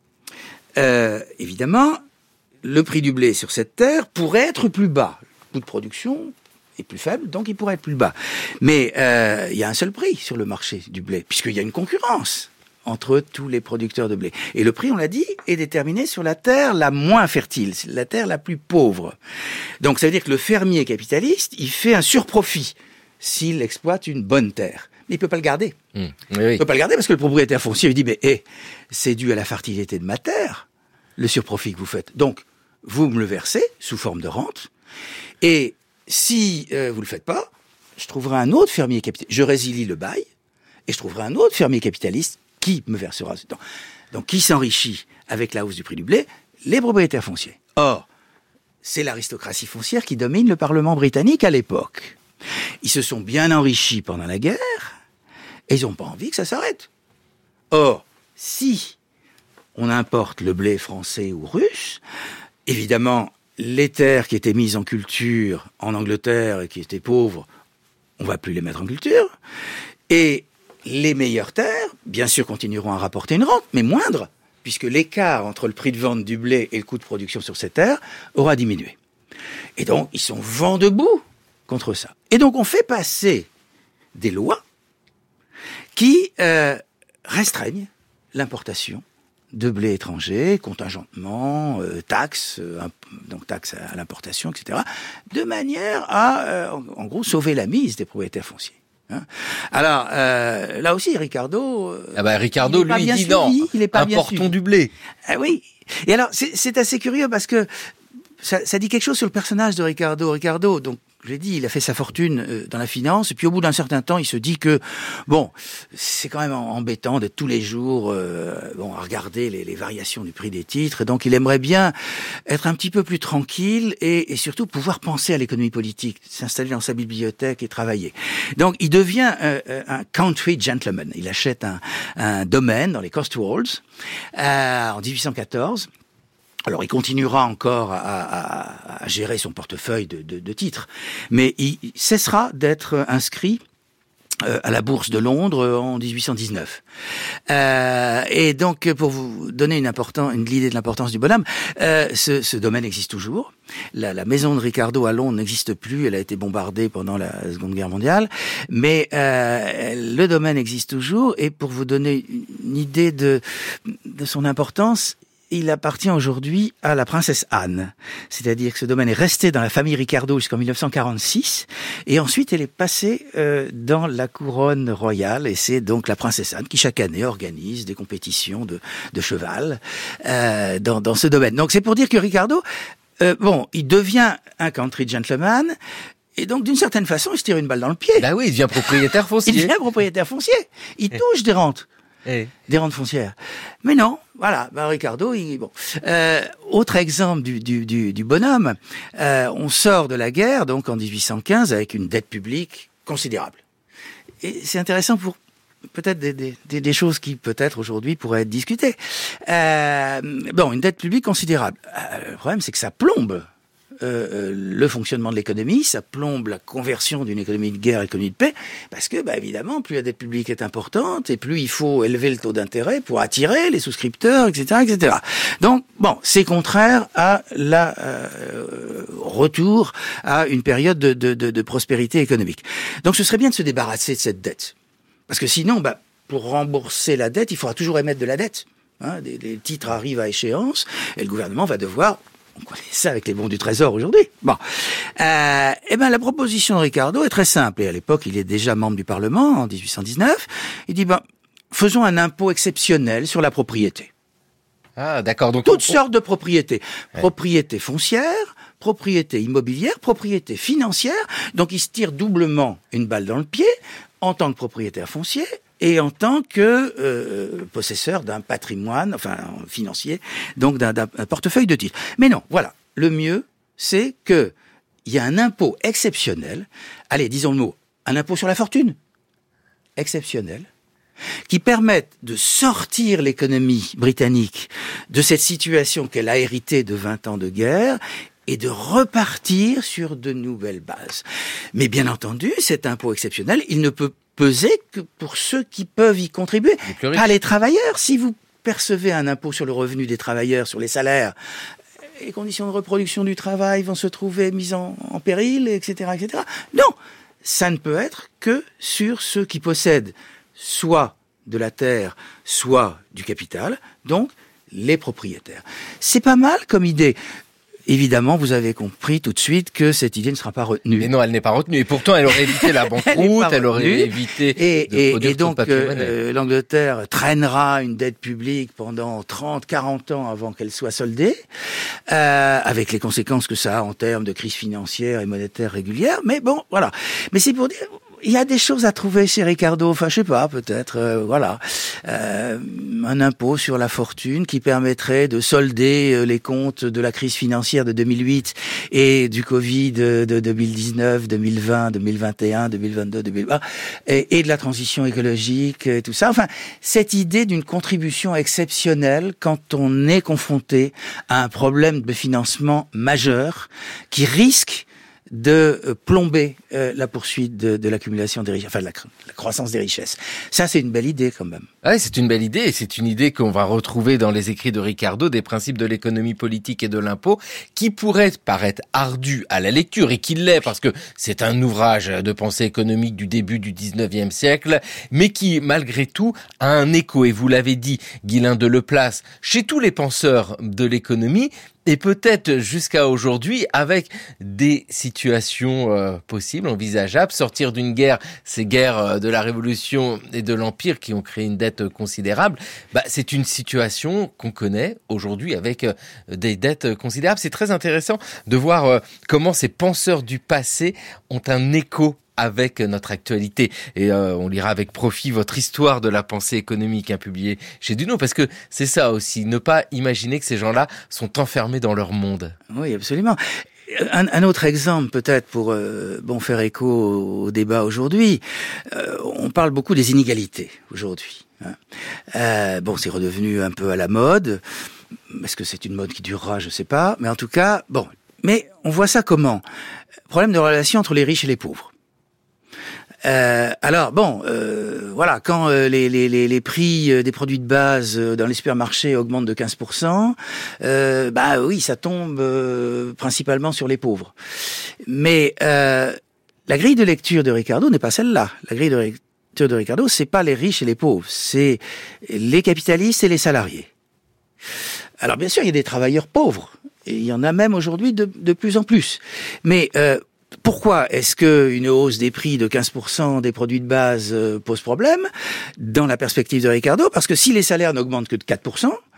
euh, évidemment, le prix du blé sur cette terre pourrait être plus bas. Le coût de production est plus faible, donc il pourrait être plus bas. Mais euh, il y a un seul prix sur le marché du blé, puisqu'il y a une concurrence entre tous les producteurs de blé. Et le prix, on l'a dit, est déterminé sur la terre la moins fertile, la terre la plus pauvre. Donc ça veut dire que le fermier capitaliste, il fait un surprofit s'il exploite une bonne terre. Mais il peut pas le garder. Mmh. Oui, oui. Il peut pas le garder parce que le propriétaire foncier lui dit, mais hey, c'est dû à la fertilité de ma terre, le surprofit que vous faites. Donc, vous me le versez sous forme de rente. Et si euh, vous le faites pas, je trouverai un autre fermier capitaliste. Je résilie le bail et je trouverai un autre fermier capitaliste qui me versera ce temps. Donc, qui s'enrichit avec la hausse du prix du blé ? Les propriétaires fonciers. Or, c'est l'aristocratie foncière qui domine le Parlement britannique à l'époque. Ils se sont bien enrichis pendant la guerre et ils n'ont pas envie que ça s'arrête. Or, si on importe le blé français ou russe, évidemment, les terres qui étaient mises en culture en Angleterre et qui étaient pauvres, on ne va plus les mettre en culture. Et les meilleures terres, bien sûr, continueront à rapporter une rente, mais moindre, puisque l'écart entre le prix de vente du blé et le coût de production sur ces terres aura diminué. Et donc, ils sont vent debout contre ça. Et donc, on fait passer des lois qui euh, restreignent l'importation de blé étranger, contingentement, euh, taxes, euh, donc taxes à l'importation, et cetera, de manière à, euh, en, en gros, sauver la mise des propriétaires fonciers. Hein. Alors, euh, là aussi, Ricardo... Euh, ah bah, Ricardo, lui, il dit suivi, non, il est pas importons du blé. Ah oui. Et alors, c'est, c'est assez curieux parce que ça, ça dit quelque chose sur le personnage de Ricardo. Ricardo, donc, je l'ai dit, il a fait sa fortune euh, dans la finance, et puis au bout d'un certain temps, il se dit que, bon, c'est quand même embêtant d'être tous les jours euh, bon, à regarder les, les variations du prix des titres, et donc il aimerait bien être un petit peu plus tranquille, et, et surtout pouvoir penser à l'économie politique, s'installer dans sa bibliothèque et travailler. Donc il devient euh, un country gentleman, il achète un, un domaine dans les Cotswolds euh, en dix-huit cent quatorze. Alors, il continuera encore à, à, à gérer son portefeuille de, de, de titres, mais il cessera d'être inscrit euh, à la Bourse de Londres en dix-huit cent dix-neuf. Euh, et donc, pour vous donner une, important, une idée de l'importance du bonhomme, euh, ce, ce domaine existe toujours. La, la maison de Ricardo à Londres n'existe plus, elle a été bombardée pendant la Seconde Guerre mondiale, mais euh, le domaine existe toujours, et pour vous donner une idée de, de son importance, il appartient aujourd'hui à la princesse Anne. C'est-à-dire que ce domaine est resté dans la famille Ricardo jusqu'en mille neuf cent quarante-six, et ensuite elle est passée euh, dans la couronne royale, et c'est donc la princesse Anne qui chaque année organise des compétitions de, de cheval euh, dans, dans ce domaine. Donc c'est pour dire que Ricardo, euh, bon, il devient un country gentleman, Et donc, d'une certaine façon, il se tire une balle dans le pied. Bah oui, il devient propriétaire foncier. Il devient propriétaire foncier. Il touche des rentes. Eh. Des rentes foncières. Mais non, voilà, bah Ricardo, il, bon. Euh, autre exemple du, du, du, du bonhomme, euh, on sort de la guerre, donc en dix-huit cent quinze, avec une dette publique considérable. Et c'est intéressant pour peut-être des, des, des choses qui, peut-être, aujourd'hui, pourraient être discutées. Euh, bon, une dette publique considérable. Euh, le problème, c'est que ça plombe Euh, le fonctionnement de l'économie, ça plombe la conversion d'une économie de guerre à économie de paix, parce que, bah, évidemment, plus la dette publique est importante, et plus il faut élever le taux d'intérêt pour attirer les souscripteurs, et cetera, et cetera. Donc, bon, c'est contraire à la euh, retour à une période de, de, de, de prospérité économique. Donc, ce serait bien de se débarrasser de cette dette, parce que sinon, bah, pour rembourser la dette, il faudra toujours émettre de la dette. Hein, des, des titres arrivent à échéance, et le gouvernement va devoir... On connaît ça avec les bons du Trésor aujourd'hui. Bon, euh, eh ben la proposition de Ricardo est très simple. Et à l'époque, il est déjà membre du Parlement en dix-huit cent dix-neuf. Il dit ben faisons un impôt exceptionnel sur la propriété. Ah, d'accord. Donc toutes on... sortes de propriétés, ouais. Propriété foncière, propriété immobilière, propriété financière. Donc il se tire doublement une balle dans le pied en tant que propriétaire foncier. Et en tant que euh, possesseur d'un patrimoine, enfin financier, donc d'un, d'un portefeuille de titres. Mais non, voilà, le mieux, c'est que il y a un impôt exceptionnel. Allez, disons le mot, un impôt sur la fortune exceptionnel, qui permette de sortir l'économie britannique de cette situation qu'elle a héritée de vingt ans de guerre et de repartir sur de nouvelles bases. Mais bien entendu, cet impôt exceptionnel, il ne peut peser que pour ceux qui peuvent y contribuer, les pas les travailleurs. Si vous percevez un impôt sur le revenu des travailleurs, sur les salaires, les conditions de reproduction du travail vont se trouver mises en, en péril, et cetera, et cetera. Non, ça ne peut être que sur ceux qui possèdent soit de la terre, soit du capital, donc les propriétaires. C'est pas mal comme idée. Évidemment, vous avez compris tout de suite que cette idée ne sera pas retenue. Mais non, elle n'est pas retenue. Et pourtant, elle aurait évité la banqueroute, elle, elle aurait évité et, de et, produire et donc, tout le papier-monnaie. Euh, l'Angleterre traînera une dette publique pendant trente, quarante ans avant qu'elle soit soldée, euh, avec les conséquences que ça a en termes de crise financière et monétaire régulière. Mais bon, voilà. Mais c'est pour dire... Il y a des choses à trouver chez Ricardo, enfin je sais pas, peut-être, euh, voilà, euh, un impôt sur la fortune qui permettrait de solder euh, les comptes de la crise financière de deux mille huit et du Covid de deux mille dix-neuf, deux mille vingt, deux mille vingt et un, deux mille vingt-deux, deux mille vingt, et, et de la transition écologique et tout ça. Enfin, cette idée d'une contribution exceptionnelle quand on est confronté à un problème de financement majeur qui risque de plomber euh, la poursuite de, de l'accumulation des richesses, enfin de la, la croissance des richesses. Ça, c'est une belle idée quand même. Ouais, c'est une belle idée, et c'est une idée qu'on va retrouver dans les écrits de Ricardo, des principes de l'économie politique et de l'impôt, qui pourrait paraître ardu à la lecture, et qui l'est, parce que c'est un ouvrage de pensée économique du début du dix-neuvième siècle, mais qui, malgré tout, a un écho, et vous l'avez dit, Guylain de Leplace, chez tous les penseurs de l'économie, et peut-être jusqu'à aujourd'hui, avec des situations euh, possibles, envisageables, sortir d'une guerre, ces guerres euh, de la Révolution et de l'Empire qui ont créé une dette considérable, bah, c'est une situation qu'on connaît aujourd'hui avec euh, des dettes considérables. C'est très intéressant de voir euh, comment ces penseurs du passé ont un écho avec notre actualité. Et euh, on lira avec profit votre histoire de la pensée économique, hein, publiée chez Duno, parce que c'est ça aussi, ne pas imaginer que ces gens-là sont enfermés dans leur monde. Oui, absolument. Un, un autre exemple, peut-être, pour euh, bon faire écho au, au débat aujourd'hui, euh, on parle beaucoup des inégalités aujourd'hui. Hein. Euh, bon, c'est redevenu un peu à la mode. Est-ce que c'est une mode qui durera? Je sais pas. Mais en tout cas, bon. Mais on voit ça comment? Problème de relation entre les riches et les pauvres. Euh, alors bon, euh, voilà, quand euh, les, les, les, les prix euh, des produits de base euh, dans les supermarchés augmentent de quinze pour cent, euh, bah oui, ça tombe euh, principalement sur les pauvres. Mais euh, la grille de lecture de Ricardo n'est pas celle-là. La grille de lecture de Ricardo, c'est pas les riches et les pauvres, c'est les capitalistes et les salariés. Alors bien sûr, il y a des travailleurs pauvres, et il y en a même aujourd'hui de, de plus en plus. Mais euh, pourquoi est-ce que une hausse des prix de quinze pour cent des produits de base euh, pose problème dans la perspective de Ricardo? Parce que si les salaires n'augmentent que de quatre pour cent,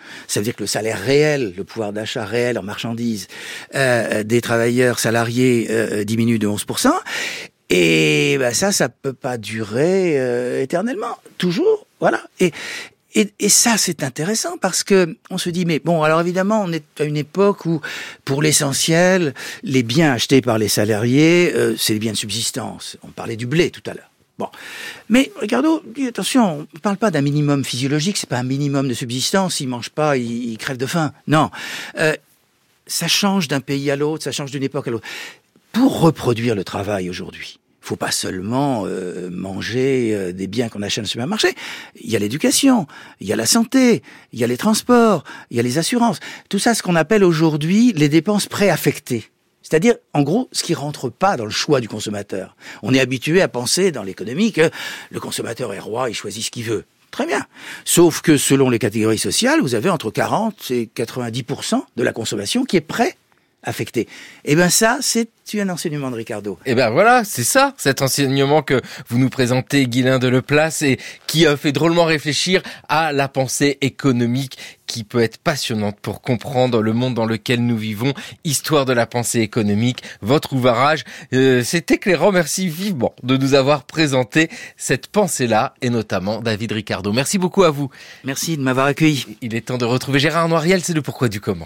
Ça veut dire que le salaire réel, le pouvoir d'achat réel en marchandises euh, des travailleurs salariés euh, diminue de onze pour cent. Et ben ça, ça peut pas durer euh, éternellement, toujours, voilà. Et Et, et ça, c'est intéressant parce que on se dit, mais bon, alors évidemment, on est à une époque où, pour l'essentiel, les biens achetés par les salariés, euh, c'est les biens de subsistance. On parlait du blé tout à l'heure. Bon, mais Ricardo dit attention, on ne parle pas d'un minimum physiologique, c'est pas un minimum de subsistance. Ils mangent pas, ils, ils crèvent de faim. Non, euh, ça change d'un pays à l'autre, ça change d'une époque à l'autre. Pour reproduire le travail aujourd'hui, il faut pas seulement euh, manger euh, des biens qu'on achète au supermarché. Il y a l'éducation, il y a la santé, il y a les transports, il y a les assurances. Tout ça, ce qu'on appelle aujourd'hui les dépenses préaffectées. C'est-à-dire, en gros, ce qui rentre pas dans le choix du consommateur. On est habitué à penser dans l'économie que le consommateur est roi, il choisit ce qu'il veut. Très bien. Sauf que selon les catégories sociales, vous avez entre quarante et quatre-vingt-dix pour cent de la consommation qui est prêt affecté. Eh ben ça, c'est un enseignement de Ricardo. Eh ben voilà, c'est ça, cet enseignement que vous nous présentez, Guylain Deleplace, et qui a fait drôlement réfléchir à la pensée économique qui peut être passionnante pour comprendre le monde dans lequel nous vivons. Histoire de la pensée économique, votre ouvrage, euh, c'est éclairant. Merci vivement de nous avoir présenté cette pensée-là, et notamment David Ricardo. Merci beaucoup à vous. Merci de m'avoir accueilli. Il est temps de retrouver Gérard Noiriel, c'est le pourquoi du comment.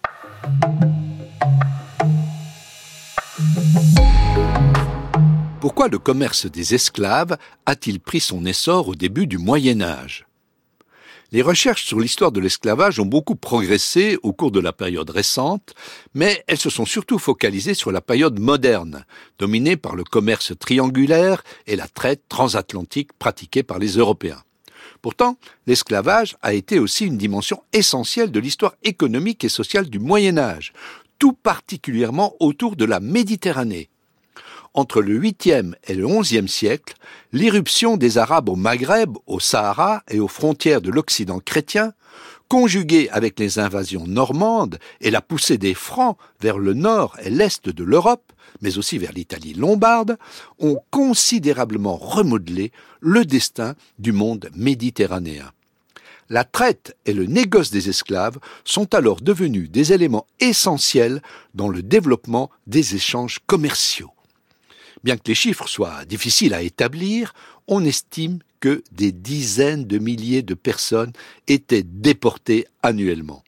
Pourquoi le commerce des esclaves a-t-il pris son essor au début du Moyen-Âge ? Les recherches sur l'histoire de l'esclavage ont beaucoup progressé au cours de la période récente, mais elles se sont surtout focalisées sur la période moderne, dominée par le commerce triangulaire et la traite transatlantique pratiquée par les Européens. Pourtant, l'esclavage a été aussi une dimension essentielle de l'histoire économique et sociale du Moyen-Âge, tout particulièrement autour de la Méditerranée. Entre le huitième et le onzième siècle, l'irruption des Arabes au Maghreb, au Sahara et aux frontières de l'Occident chrétien, conjuguée avec les invasions normandes et la poussée des Francs vers le nord et l'est de l'Europe, mais aussi vers l'Italie lombarde, ont considérablement remodelé le destin du monde méditerranéen. La traite et le négoce des esclaves sont alors devenus des éléments essentiels dans le développement des échanges commerciaux. Bien que les chiffres soient difficiles à établir, on estime que des dizaines de milliers de personnes étaient déportées annuellement.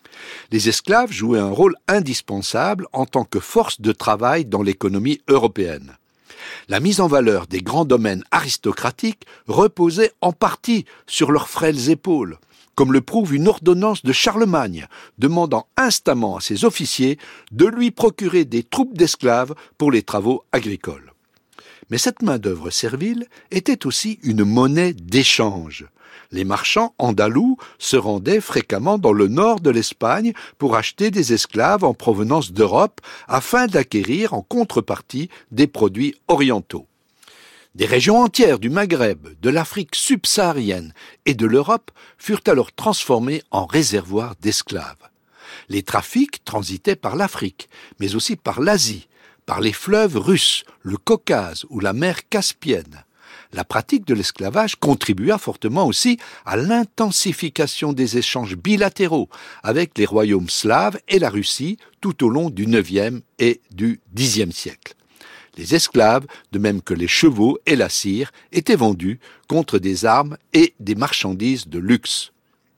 Les esclaves jouaient un rôle indispensable en tant que force de travail dans l'économie européenne. La mise en valeur des grands domaines aristocratiques reposait en partie sur leurs frêles épaules, comme le prouve une ordonnance de Charlemagne, demandant instamment à ses officiers de lui procurer des troupes d'esclaves pour les travaux agricoles. Mais cette main-d'œuvre servile était aussi une monnaie d'échange. Les marchands andalous se rendaient fréquemment dans le nord de l'Espagne pour acheter des esclaves en provenance d'Europe afin d'acquérir en contrepartie des produits orientaux. Des régions entières du Maghreb, de l'Afrique subsaharienne et de l'Europe furent alors transformées en réservoirs d'esclaves. Les trafics transitaient par l'Afrique, mais aussi par l'Asie, par les fleuves russes, le Caucase ou la mer Caspienne. La pratique de l'esclavage contribua fortement aussi à l'intensification des échanges bilatéraux avec les royaumes slaves et la Russie tout au long du neuvième et du dixième siècle. Les esclaves, de même que les chevaux et la cire, étaient vendus contre des armes et des marchandises de luxe.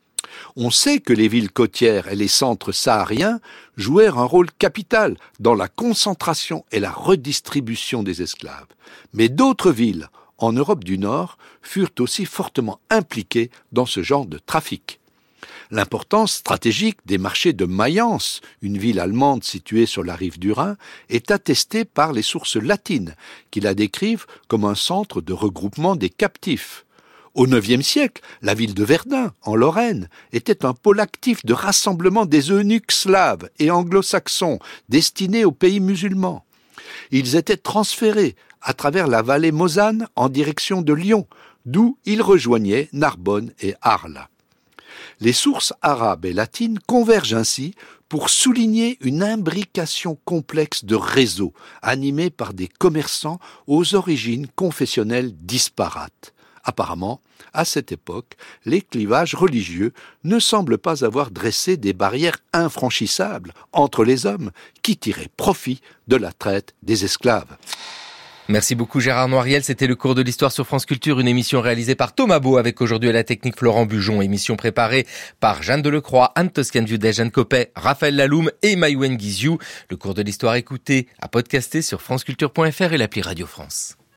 On sait que les villes côtières et les centres sahariens jouèrent un rôle capital dans la concentration et la redistribution des esclaves. Mais d'autres villes, en Europe du Nord, furent aussi fortement impliquées dans ce genre de trafic. L'importance stratégique des marchés de Mayence, une ville allemande située sur la rive du Rhin, est attestée par les sources latines, qui la décrivent comme un centre de regroupement des captifs. Au neuvième siècle, la ville de Verdun, en Lorraine, était un pôle actif de rassemblement des eunuques slaves et anglo-saxons destinés aux pays musulmans. Ils étaient transférés à travers la vallée Mosane en direction de Lyon, d'où ils rejoignaient Narbonne et Arles. Les sources arabes et latines convergent ainsi pour souligner une imbrication complexe de réseaux animés par des commerçants aux origines confessionnelles disparates. Apparemment, à cette époque, les clivages religieux ne semblent pas avoir dressé des barrières infranchissables entre les hommes qui tiraient profit de la traite des esclaves. Merci beaucoup Gérard Noiriel, c'était le cours de l'histoire sur France Culture, une émission réalisée par Thomas Beau avec aujourd'hui à la technique Florent Bujon, émission préparée par Jeanne Delecroix, Anne Toscan-Viudet, Jeanne Copet, Raphaël Laloum et Maïwen Guizou. Le cours de l'histoire écouté à podcaster sur franceculture point f r et l'appli Radio France.